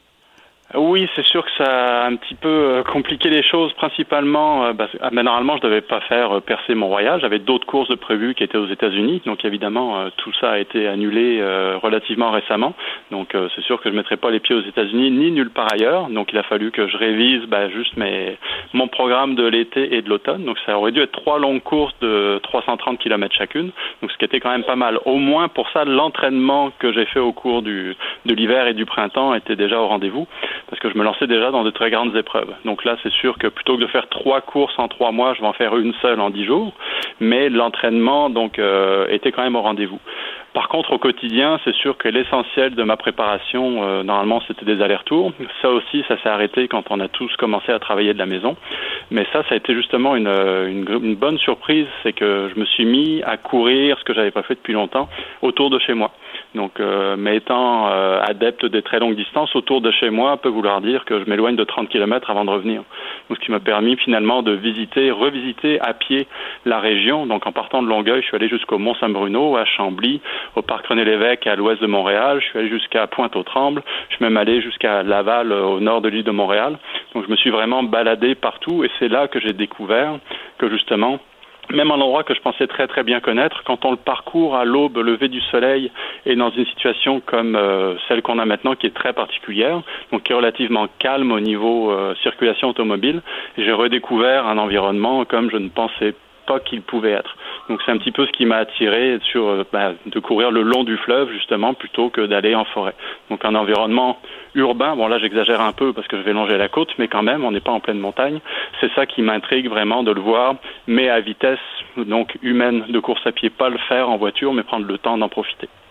Oui, c'est sûr que ça a un petit peu compliqué les choses, principalement, euh, bah, bah, normalement je devais pas faire euh, percer Mont-Royal, j'avais d'autres courses de prévues qui étaient aux États-Unis, donc évidemment euh, tout ça a été annulé euh, relativement récemment, donc euh, c'est sûr que je mettrai pas les pieds aux États-Unis ni nulle part ailleurs, donc il a fallu que je révise bah, juste mes, mon programme de l'été et de l'automne, donc ça aurait dû être trois longues courses de trois cent trente kilomètres chacune, donc ce qui était quand même pas mal. Au moins pour ça, l'entraînement que j'ai fait au cours du, de l'hiver et du printemps était déjà au rendez-vous, parce que je me lançais déjà dans de très grandes épreuves. Donc là, c'est sûr que plutôt que de faire trois courses en trois mois, je vais en faire une seule en dix jours. Mais l'entraînement, donc, euh, était quand même au rendez-vous. Par contre, au quotidien, c'est sûr que l'essentiel de ma préparation, euh, normalement, c'était des allers-retours. Ça aussi, ça s'est arrêté quand on a tous commencé à travailler de la maison. Mais ça, ça a été justement une, une, une bonne surprise, c'est que je me suis mis à courir, ce que j'avais pas fait depuis longtemps, autour de chez moi. Donc, euh, mais étant euh, adepte des très longues distances, autour de chez moi peut vouloir dire que je m'éloigne de trente kilomètres avant de revenir. Donc, ce qui m'a permis finalement de visiter, revisiter à pied la région. Donc, en partant de Longueuil, je suis allé jusqu'au Mont-Saint-Bruno, à Chambly, au parc René-Lévesque à l'ouest de Montréal. Je suis allé jusqu'à Pointe-aux-Trembles. Je suis même allé jusqu'à Laval, au nord de l'île de Montréal. Donc, je me suis vraiment baladé partout et c'est là que j'ai découvert que justement, même un endroit que je pensais très très bien connaître, quand on le parcourt à l'aube, lever du soleil, et dans une situation comme euh, celle qu'on a maintenant, qui est très particulière, donc qui est relativement calme au niveau euh, circulation automobile, j'ai redécouvert un environnement comme je ne pensais pas qu'il pouvait être. Donc c'est un petit peu ce qui m'a attiré sur bah, de courir le long du fleuve justement plutôt que d'aller en forêt. Donc un environnement urbain, bon là j'exagère un peu parce que je vais longer la côte, mais quand même on n'est pas en pleine montagne. C'est ça qui m'intrigue vraiment de le voir, mais à vitesse donc humaine de course à pied, pas le faire en voiture, mais prendre le temps d'en profiter.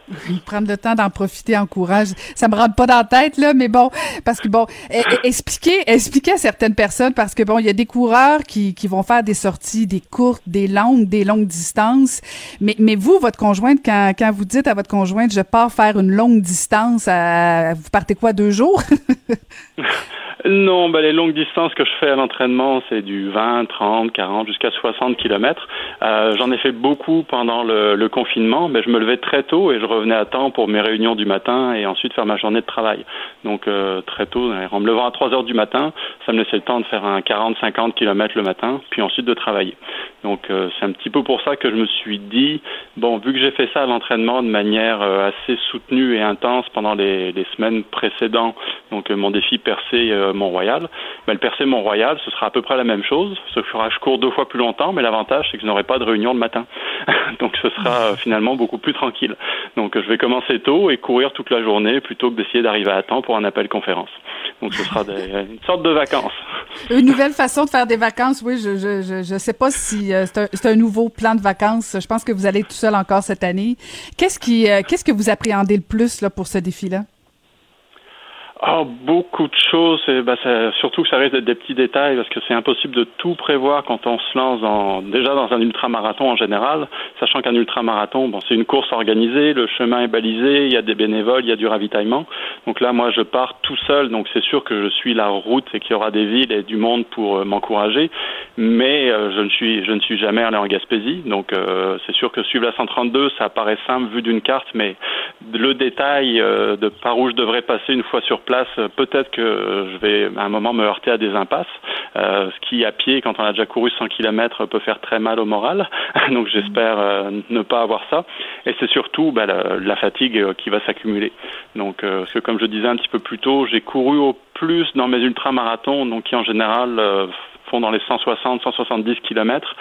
Prendre le temps d'en profiter en courage. Ça me rentre pas dans la tête, là, mais bon, parce que bon, expliquez, expliquez à certaines personnes, parce que bon, il y a des coureurs qui, qui vont faire des sorties, des courtes, des longues, des longues distances. Mais, mais vous, votre conjointe, quand, quand vous dites à votre conjointe, je pars faire une longue distance, à, vous partez quoi, deux jours? Non, ben les longues distances que je fais à l'entraînement, c'est du vingt, trente, quarante, jusqu'à soixante kilomètres. Euh, j'en ai fait beaucoup pendant le, le confinement, mais je me levais très tôt et je revenais à temps pour mes réunions du matin et ensuite faire ma journée de travail. Donc euh, très tôt, en me levant à trois heures du matin, ça me laissait le temps de faire un quarante, cinquante kilomètres le matin, puis ensuite de travailler. Donc euh, c'est un petit peu pour ça que je me suis dit, bon, vu que j'ai fait ça à l'entraînement de manière euh, assez soutenue et intense pendant les, les semaines précédentes, donc euh, mon défi percé euh, Mont-Royal, ben, le percé Mont-Royal, ce sera à peu près la même chose, sauf que je cours deux fois plus longtemps, mais l'avantage, c'est que je n'aurai pas de réunion le matin. Donc ce sera euh, finalement beaucoup plus tranquille. Donc euh, je vais commencer tôt et courir toute la journée plutôt que d'essayer d'arriver à temps pour un appel conférence. Donc ce sera des, une sorte de vacances. Une nouvelle façon de faire des vacances, oui, je je je, je sais pas si euh, c'est, un, c'est un nouveau plan de vacances. Je pense que vous allez être tout seul encore cette année. Qu'est-ce qui, euh, qu'est-ce que vous appréhendez le plus là pour ce défi-là? Ah, beaucoup de choses. Et ben, ça, surtout que ça reste des petits détails parce que c'est impossible de tout prévoir quand on se lance dans, déjà dans un ultramarathon en général, sachant qu'un ultramarathon, bon, c'est une course organisée, le chemin est balisé, il y a des bénévoles, il y a du ravitaillement. Donc là, moi, je pars tout seul, donc c'est sûr que je suis la route et qu'il y aura des villes et du monde pour euh, m'encourager, mais euh, je ne suis, je ne suis jamais allé en Gaspésie, donc euh, c'est sûr que suivre la cent trente-deux, ça paraît simple vu d'une carte, mais le détail euh, de par où je devrais passer une fois sur place, peut-être que je vais à un moment me heurter à des impasses, euh, ce qui à pied, quand on a déjà couru cent kilomètres, peut faire très mal au moral. Donc j'espère euh, ne pas avoir ça. Et c'est surtout bah, la, la fatigue euh, qui va s'accumuler. Donc euh, parce que comme je disais un petit peu plus tôt, j'ai couru au plus dans mes ultramarathons, donc qui en général euh, font dans les cent soixante, cent soixante-dix kilomètres.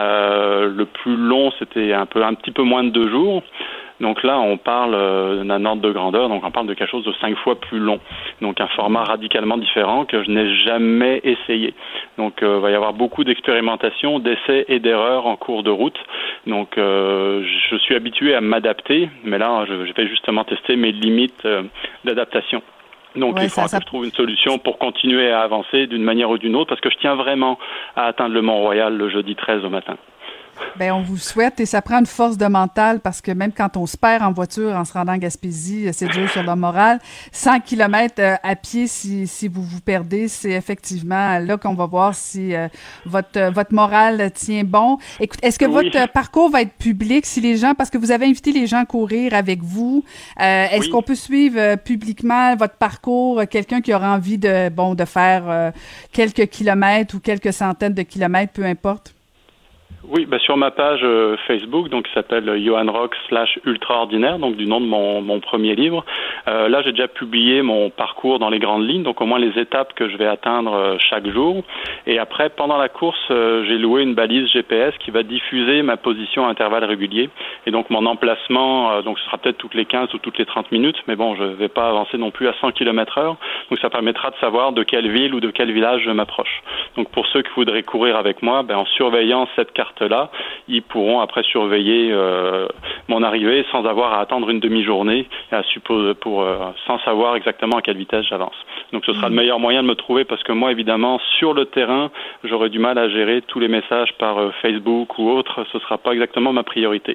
Euh, le plus long, c'était un peu un petit peu moins de deux jours. Donc là, on parle euh, d'un ordre de grandeur, donc on parle de quelque chose de cinq fois plus long. Donc un format radicalement différent que je n'ai jamais essayé. Donc euh, il va y avoir beaucoup d'expérimentation, d'essais et d'erreurs en cours de route. Donc euh, je suis habitué à m'adapter, mais là, je, je vais justement tester mes limites euh, d'adaptation. Donc ouais, il faudra ça, ça... que je trouve une solution pour continuer à avancer d'une manière ou d'une autre, parce que je tiens vraiment à atteindre le Mont-Royal le jeudi treize au matin. Ben on vous souhaite, et ça prend une force de mental parce que même quand on se perd en voiture en se rendant en Gaspésie, c'est dur sur le moral. cent kilomètres à pied, si, si vous vous perdez, c'est effectivement là qu'on va voir si euh, votre votre morale tient bon. Écoute, est-ce que oui. votre parcours va être public si les gens, parce que vous avez invité les gens à courir avec vous, euh, est-ce oui. qu'on peut suivre euh, publiquement votre parcours, euh, quelqu'un qui aura envie de bon de faire euh, quelques kilomètres ou quelques centaines de kilomètres, peu importe? Oui, bah sur ma page euh, Facebook, donc qui s'appelle Johan Rock slash Ultraordinaire, donc du nom de mon, mon premier livre. Euh, là, j'ai déjà publié mon parcours dans les grandes lignes, donc au moins les étapes que je vais atteindre euh, chaque jour. Et après, pendant la course, euh, j'ai loué une balise G P S qui va diffuser ma position à intervalles réguliers. Et donc mon emplacement, euh, donc ce sera peut-être toutes les quinze ou toutes les trente minutes, mais bon, je vais pas avancer non plus à cent kilomètres heure. Donc ça permettra de savoir de quelle ville ou de quel village je m'approche. Donc pour ceux qui voudraient courir avec moi, ben, en surveillant cette carte là, ils pourront après surveiller euh, mon arrivée sans avoir à attendre une demi-journée et à suppose, pour, euh, sans savoir exactement à quelle vitesse j'avance. Donc ce sera mmh. le meilleur moyen de me trouver parce que moi, évidemment, sur le terrain, j'aurai du mal à gérer tous les messages par euh, Facebook ou autre. Ce ne sera pas exactement ma priorité.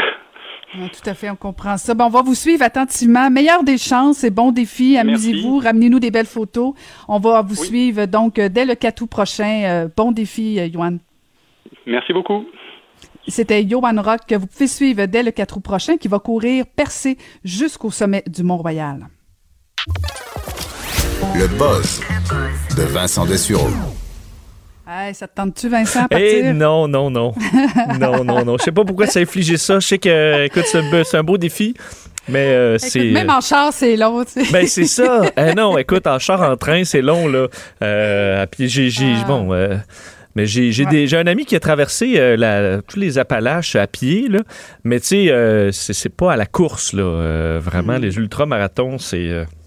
Oui, tout à fait, on comprend ça. Bon, on va vous suivre attentivement. Meilleure des chances et bon défi. Amusez-vous, Merci. Ramenez-nous des belles photos. On va vous oui. suivre donc dès le quatre août prochain. Euh, bon défi, Johan. Merci beaucoup. C'était Johan Rock que vous pouvez suivre dès le quatre août prochain qui va courir percé jusqu'au sommet du Mont-Royal. Le buzz de Vincent Dessureau. Hey, ça te tente-tu, Vincent, à partir? Eh non, non, non. non, non, non. Je sais pas pourquoi ça a infligé ça. Je sais que, écoute, c'est un, c'est un beau défi. Mais euh, écoute, c'est même en char c'est long, tu sais. Ben c'est ça. Eh non, écoute, en char en train c'est long là. Euh, puis j'ai, j'ai ah. bon. Euh, Mais j'ai j'ai, ouais. des, j'ai un ami qui a traversé euh, la, tous les Appalaches à pied, là. Mais tu sais, euh, c'est, c'est pas à la course, là. Euh, vraiment, mmh. les ultramarathons, c'est... Euh,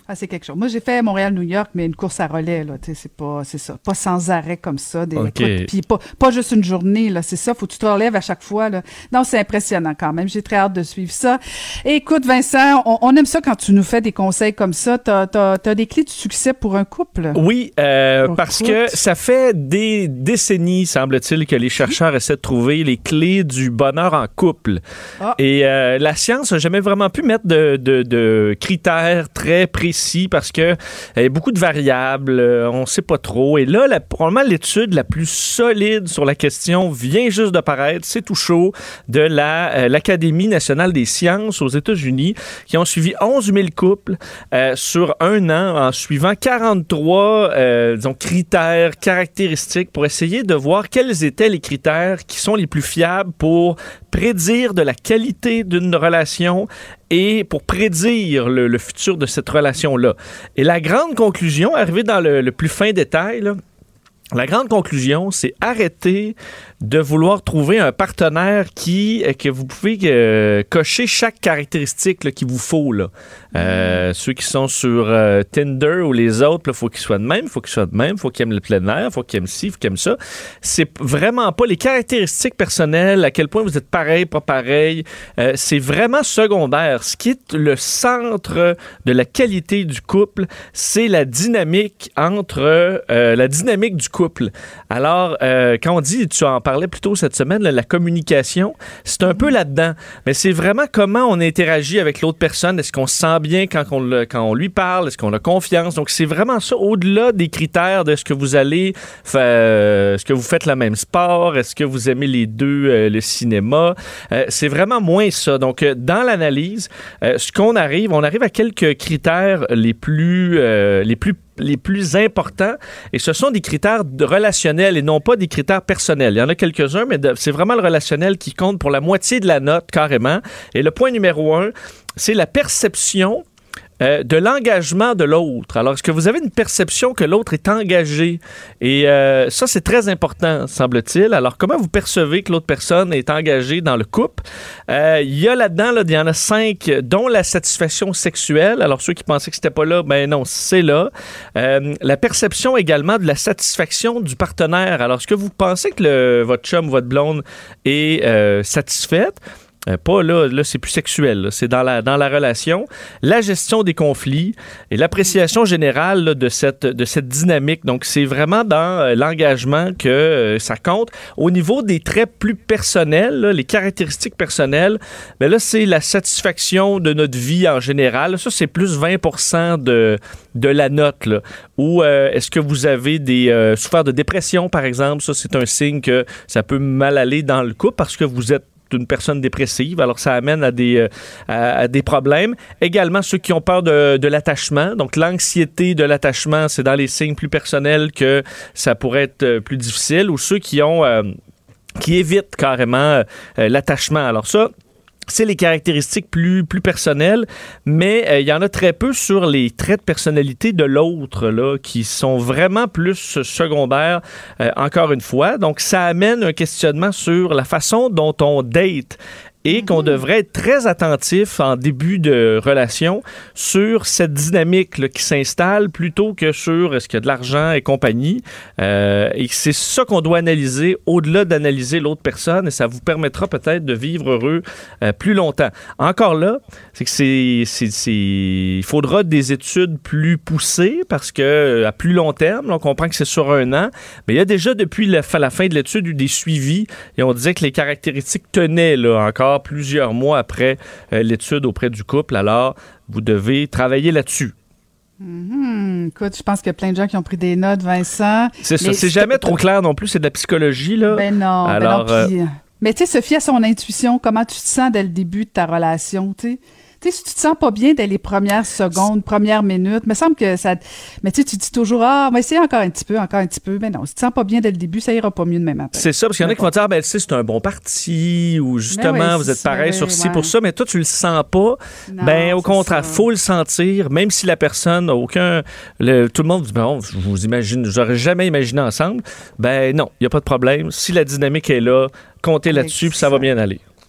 Ah, c'est quelque chose. Moi, j'ai fait Montréal-New York, mais une course à relais, là, tu sais, c'est pas, c'est ça. Pas sans arrêt comme ça. Des, okay. Puis pas, pas juste une journée, là, c'est ça. Faut que tu te relèves à chaque fois, là. Non, c'est impressionnant quand même. J'ai très hâte de suivre ça. Et écoute, Vincent, on, on aime ça quand tu nous fais des conseils comme ça. T'as, t'as, t'as des clés de succès pour un couple? Oui, euh, parce écoute. que ça fait des décennies, semble-t-il, que les chercheurs mmh. essaient de trouver les clés du bonheur en couple. Ah. Et euh, la science n'a jamais vraiment pu mettre de, de, de critères très précis parce que il y a beaucoup de variables, euh, on ne sait pas trop. Et là, la, probablement l'étude la plus solide sur la question vient juste de paraître, c'est tout chaud, de la, euh, l'Académie nationale des sciences aux États-Unis, qui ont suivi onze mille couples euh, sur un an en suivant quarante-trois euh, disons, critères, caractéristiques pour essayer de voir quels étaient les critères qui sont les plus fiables pour prédire de la qualité d'une relation et pour prédire le, le futur de cette relation-là. Et la grande conclusion, arrivée dans le, le plus fin détail, là, la grande conclusion, c'est arrêter de vouloir trouver un partenaire qui que vous pouvez euh, cocher chaque caractéristique là, qu'il vous faut. Là. Euh, mmh. Ceux qui sont sur euh, Tinder ou les autres, il faut qu'ils soient de même, il faut qu'ils soient de même, il faut qu'ils aiment le plein air, il faut qu'ils aiment ci, il faut qu'ils aiment ça. C'est vraiment pas les caractéristiques personnelles, à quel point vous êtes pareil, pas pareil. Euh, c'est vraiment secondaire. Ce qui est le centre de la qualité du couple, c'est la dynamique entre euh, la dynamique du couple. Alors, euh, quand on dit, tu en parlais plus tôt cette semaine, là, la communication, c'est un peu là-dedans. Mais c'est vraiment comment on interagit avec l'autre personne. Est-ce qu'on se sent bien quand on, le, quand on lui parle? Est-ce qu'on a confiance? Donc, c'est vraiment ça, au-delà des critères de ce que vous allez faire, euh, est-ce que vous faites le même sport? Est-ce que vous aimez les deux euh, le cinéma? Euh, c'est vraiment moins ça. Donc, euh, dans l'analyse, euh, ce qu'on arrive, on arrive à quelques critères les plus, euh, les plus les plus importants, et ce sont des critères relationnels et non pas des critères personnels. Il y en a quelques-uns, mais de, c'est vraiment le relationnel qui compte pour la moitié de la note, carrément. Et le point numéro un, c'est la perception Euh, de l'engagement de l'autre. Alors, est-ce que vous avez une perception que l'autre est engagé? Et euh, ça, c'est très important, semble-t-il. Alors, comment vous percevez que l'autre personne est engagée dans le couple? Euh, il y a là-dedans, là, il y en a cinq, dont la satisfaction sexuelle. Alors, ceux qui pensaient que c'était pas là, ben non, c'est là. Euh, la perception également de la satisfaction du partenaire. Alors, est-ce que vous pensez que le, votre chum, votre blonde est euh, satisfaite? Euh, pas là, là c'est plus sexuel, là. C'est dans la, dans la relation. La gestion des conflits et l'appréciation générale là, de, cette, de cette dynamique. Donc, c'est vraiment dans euh, l'engagement que euh, ça compte. Au niveau des traits plus personnels, là, les caractéristiques personnelles, ben là, c'est la satisfaction de notre vie en général. Ça, c'est plus vingt pour cent de, de la note. Là. Ou euh, est-ce que vous avez des euh, souffert de dépression, par exemple? Ça, c'est un signe que ça peut mal aller dans le couple parce que vous êtes d'une personne dépressive, alors ça amène à des, euh, à, à des problèmes. Également, ceux qui ont peur de, de l'attachement, donc l'anxiété de l'attachement, c'est dans les signes plus personnels que ça pourrait être plus difficile, ou ceux qui ont, euh, qui évitent carrément euh, l'attachement. Alors ça, c'est les caractéristiques plus, plus personnelles, mais il euh, y en a très peu sur les traits de personnalité de l'autre, là, qui sont vraiment plus secondaires, euh, encore une fois. Donc, ça amène un questionnement sur la façon dont on date et qu'on devrait être très attentif en début de relation sur cette dynamique là, qui s'installe plutôt que sur est-ce qu'il y a de l'argent et compagnie. Euh, et c'est ça qu'on doit analyser au-delà d'analyser l'autre personne, et ça vous permettra peut-être de vivre heureux euh, plus longtemps. Encore là, c'est que c'est, c'est, c'est, il faudra des études plus poussées parce que à plus long terme, on comprend que c'est sur un an, mais il y a déjà depuis la, la fin de l'étude eu des suivis et on disait que les caractéristiques tenaient là encore plusieurs mois après euh, l'étude auprès du couple. Alors, vous devez travailler là-dessus. Mm-hmm. Écoute, je pense qu'il y a plein de gens qui ont pris des notes, Vincent. C'est ça. C'est jamais trop clair non plus. C'est de la psychologie, là. Ben non. Alors, ben non, pis, euh... mais tu sais, se fier à son intuition. Comment tu te sens dès le début de ta relation, tu sais? Tu sais, si tu te sens pas bien dès les premières secondes, premières minutes, il me semble que ça... Mais tu sais, tu dis toujours, ah, on va essayer encore un petit peu, encore un petit peu. Mais non, si tu te sens pas bien dès le début, ça ira pas mieux demain matin. C'est ça, parce qu'il y en a qui vont dire, ah, ben, tu sais, c'est un bon parti, ou justement, oui, vous êtes pareil sur ci, ouais. pour ça, mais toi, tu le sens pas. Non, ben, au contraire, il faut le sentir, même si la personne n'a aucun... Le, tout le monde dit, bon, je vous imagine, j'aurais jamais imaginé ensemble. Ben, non, il n'y a pas de problème. Si la dynamique est là, comptez là-dessus, puis ça va bien aller.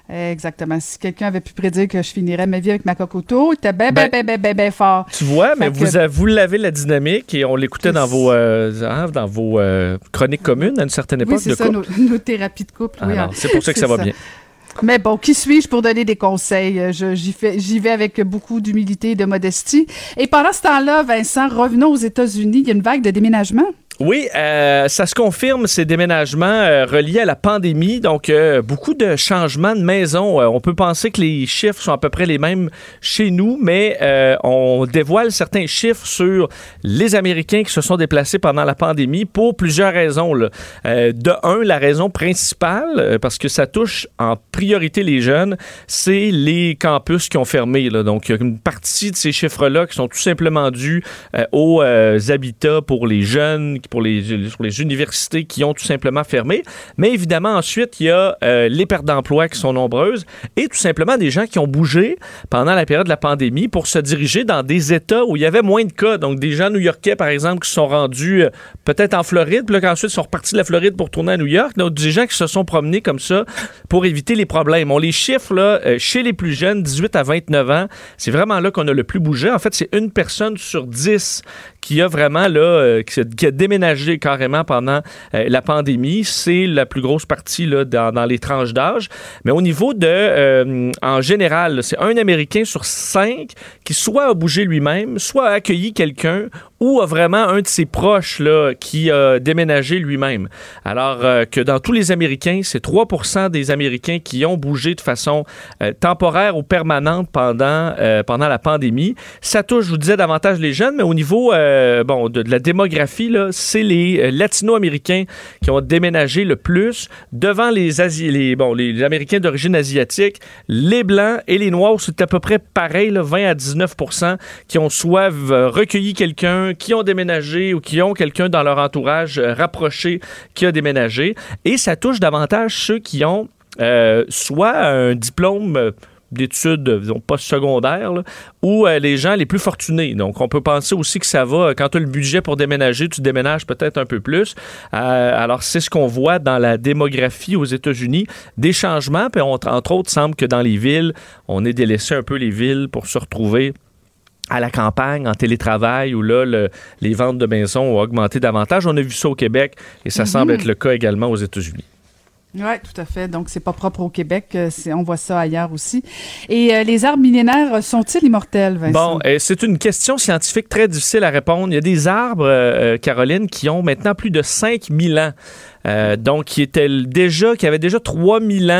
Exactement. Si quelqu'un avait pu prédire que je finirais ma vie avec ma cocoto, il était bien, bien, bien, bien, bien, bien fort. Tu vois, mais vous, que... a, vous l'avez la dynamique et on l'écoutait dans vos, euh, hein, dans vos euh, chroniques communes à une certaine époque. Oui, c'est de ça, nos, nos thérapies de couple. Oui, Alors, hein. C'est pour ça que ça va ça. bien. Mais bon, qui suis-je pour donner des conseils? Je, j'y, fais, j'y vais avec beaucoup d'humilité et de modestie. Et pendant ce temps-là, Vincent, revenons aux États-Unis. Il y a une vague de déménagement. Oui, euh, ça se confirme, ces déménagements euh, reliés à la pandémie. Donc, euh, beaucoup de changements de maison. Euh, on peut penser que les chiffres sont à peu près les mêmes chez nous, mais euh, on dévoile certains chiffres sur les Américains qui se sont déplacés pendant la pandémie pour plusieurs raisons. Là. Euh, de un, la raison principale, euh, parce que ça touche en priorité les jeunes, c'est les campus qui ont fermé. Là. Donc, il y a une partie de ces chiffres-là qui sont tout simplement dus euh, aux euh, habitats pour les jeunes, pour les, pour les universités qui ont tout simplement fermé. Mais évidemment, ensuite, il y a euh, les pertes d'emploi qui sont nombreuses et tout simplement des gens qui ont bougé pendant la période de la pandémie pour se diriger dans des États où il y avait moins de cas. Donc, des gens new-yorkais, par exemple, qui sont rendus euh, peut-être en Floride, puis là, qu'ensuite, ils sont repartis de la Floride pour tourner à New York. Donc, des gens qui se sont promenés comme ça pour éviter les problèmes. On les chiffre, là, euh, chez les plus jeunes, dix-huit à vingt-neuf ans, c'est vraiment là qu'on a le plus bougé. En fait, c'est une personne sur dix qui a vraiment, là, euh, qui, a, qui a déménagé carrément pendant euh, la pandémie. C'est la plus grosse partie là, dans, dans les tranches d'âge. Mais au niveau de, euh, en général, là, c'est un Américain sur cinq qui soit a bougé lui-même, soit a accueilli quelqu'un ou a vraiment un de ses proches là, qui a déménagé lui-même. Alors euh, que dans tous les Américains, c'est trois pour cent des Américains qui ont bougé de façon euh, temporaire ou permanente pendant, euh, pendant la pandémie. Ça touche, je vous disais, davantage les jeunes, mais au niveau euh, bon, de, de la démographie, là, c'est les euh, latino-américains qui ont déménagé le plus devant les, Asi- les, bon, les, les Américains d'origine asiatique. Les Blancs et les Noirs, c'est à peu près pareil, là, vingt à dix-neuf pour cent qui ont soit euh, recueilli quelqu'un, qui ont déménagé ou qui ont quelqu'un dans leur entourage euh, rapproché qui a déménagé. Et ça touche davantage ceux qui ont euh, soit un diplôme euh, d'études, disons, post-secondaires, là, ou euh, les gens les plus fortunés. Donc, on peut penser aussi que ça va, quand tu as le budget pour déménager, tu déménages peut-être un peu plus. Euh, alors, c'est ce qu'on voit dans la démographie aux États-Unis, des changements, puis on, entre autres, il semble que dans les villes, on ait délaissé un peu les villes pour se retrouver à la campagne, en télétravail, où là, le, les ventes de maisons ont augmenté davantage. On a vu ça au Québec, et ça mm-hmm. semble être le cas également aux États-Unis. Oui, tout à fait. Donc, c'est pas propre au Québec. C'est, on voit ça ailleurs aussi. Et euh, les arbres millénaires sont-ils immortels, Vincent? Bon, euh, c'est une question scientifique très difficile à répondre. Il y a des arbres, euh, Caroline, qui ont maintenant plus de cinq mille ans. Euh, donc, qui était déjà, qui avait déjà trois mille ans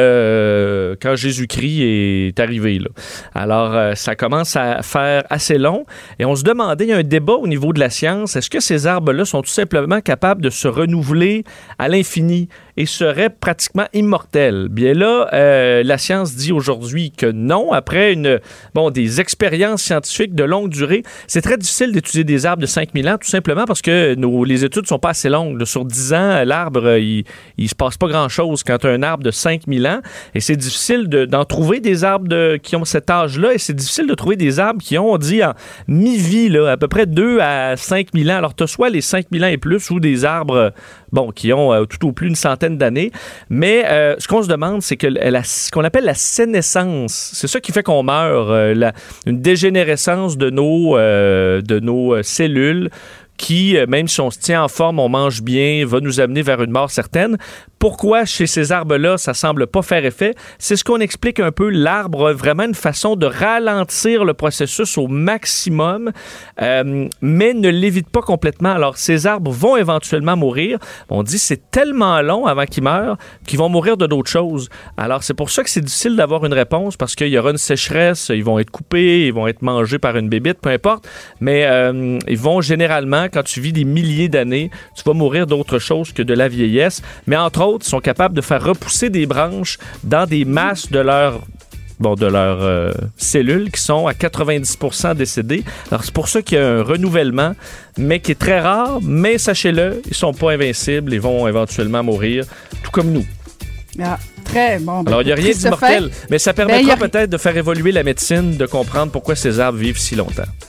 euh, quand Jésus-Christ est arrivé. Là. Alors, euh, ça commence à faire assez long. Et on se demandait, il y a un débat au niveau de la science, est-ce que ces arbres-là sont tout simplement capables de se renouveler à l'infini et seraient pratiquement immortels? Bien là, euh, la science dit aujourd'hui que non. Après une, bon, des expériences scientifiques de longue durée, c'est très difficile d'étudier des arbres de cinq mille ans, tout simplement parce que nos, les études ne sont pas assez longues. Là, sur dix ans, l'arbre, il ne se passe pas grand-chose quand tu as un arbre de cinq mille ans. Et c'est difficile de, d'en trouver des arbres de, qui ont cet âge-là. Et c'est difficile de trouver des arbres qui ont, on dit, en mi-vie, là, à peu près deux à cinq mille ans. Alors, tu as soit les cinq mille ans et plus ou des arbres, bon, qui ont euh, tout au plus une centaine d'années. Mais euh, ce qu'on se demande, c'est que la, ce qu'on appelle la sénescence, c'est ça qui fait qu'on meurt, euh, la, une dégénérescence de nos, euh, de nos cellules qui, même si on se tient en forme, on mange bien, va nous amener vers une mort certaine. Pourquoi chez ces arbres-là, ça semble pas faire effet? C'est ce qu'on explique un peu. L'arbre a vraiment une façon de ralentir le processus au maximum, euh, mais ne l'évite pas complètement. Alors, ces arbres vont éventuellement mourir. On dit que c'est tellement long avant qu'ils meurent qu'ils vont mourir de d'autres choses. Alors, c'est pour ça que c'est difficile d'avoir une réponse, parce qu'il y aura une sécheresse, ils vont être coupés, ils vont être mangés par une bébite, peu importe, mais euh, ils vont généralement, quand tu vis des milliers d'années, tu vas mourir d'autre chose que de la vieillesse. Mais entre autres, ils sont capables de faire repousser des branches dans des masses de leurs bon, de leurs euh, cellules qui sont à quatre-vingt-dix pour cent décédées. Alors, c'est pour ça qu'il y a un renouvellement, mais qui est très rare. Mais sachez-le, ils ne sont pas invincibles. Ils vont éventuellement mourir, tout comme nous. Ah, très bon. Ben, alors, il n'y a rien d'immortel, mais ça permettra ben, a... peut-être de faire évoluer la médecine, de comprendre pourquoi ces arbres vivent si longtemps.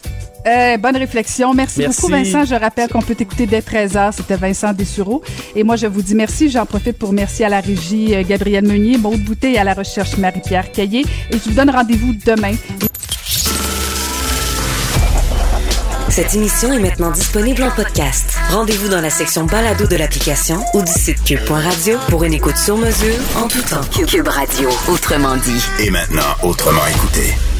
Euh, bonne réflexion. Merci, merci beaucoup, Vincent. Je rappelle qu'on peut t'écouter dès treize heures. C'était Vincent Dessureau. Et moi, je vous dis merci. J'en profite pour remercier à la régie euh, Gabriel Meunier, Maude Boutet et à la recherche Marie-Pierre Caillé. Et je vous donne rendez-vous demain. Cette émission est maintenant disponible en podcast. Rendez-vous dans la section balado de l'application ou du site cube point radio pour une écoute sur mesure en tout temps. Cube Radio, autrement dit. Et maintenant, autrement écouté.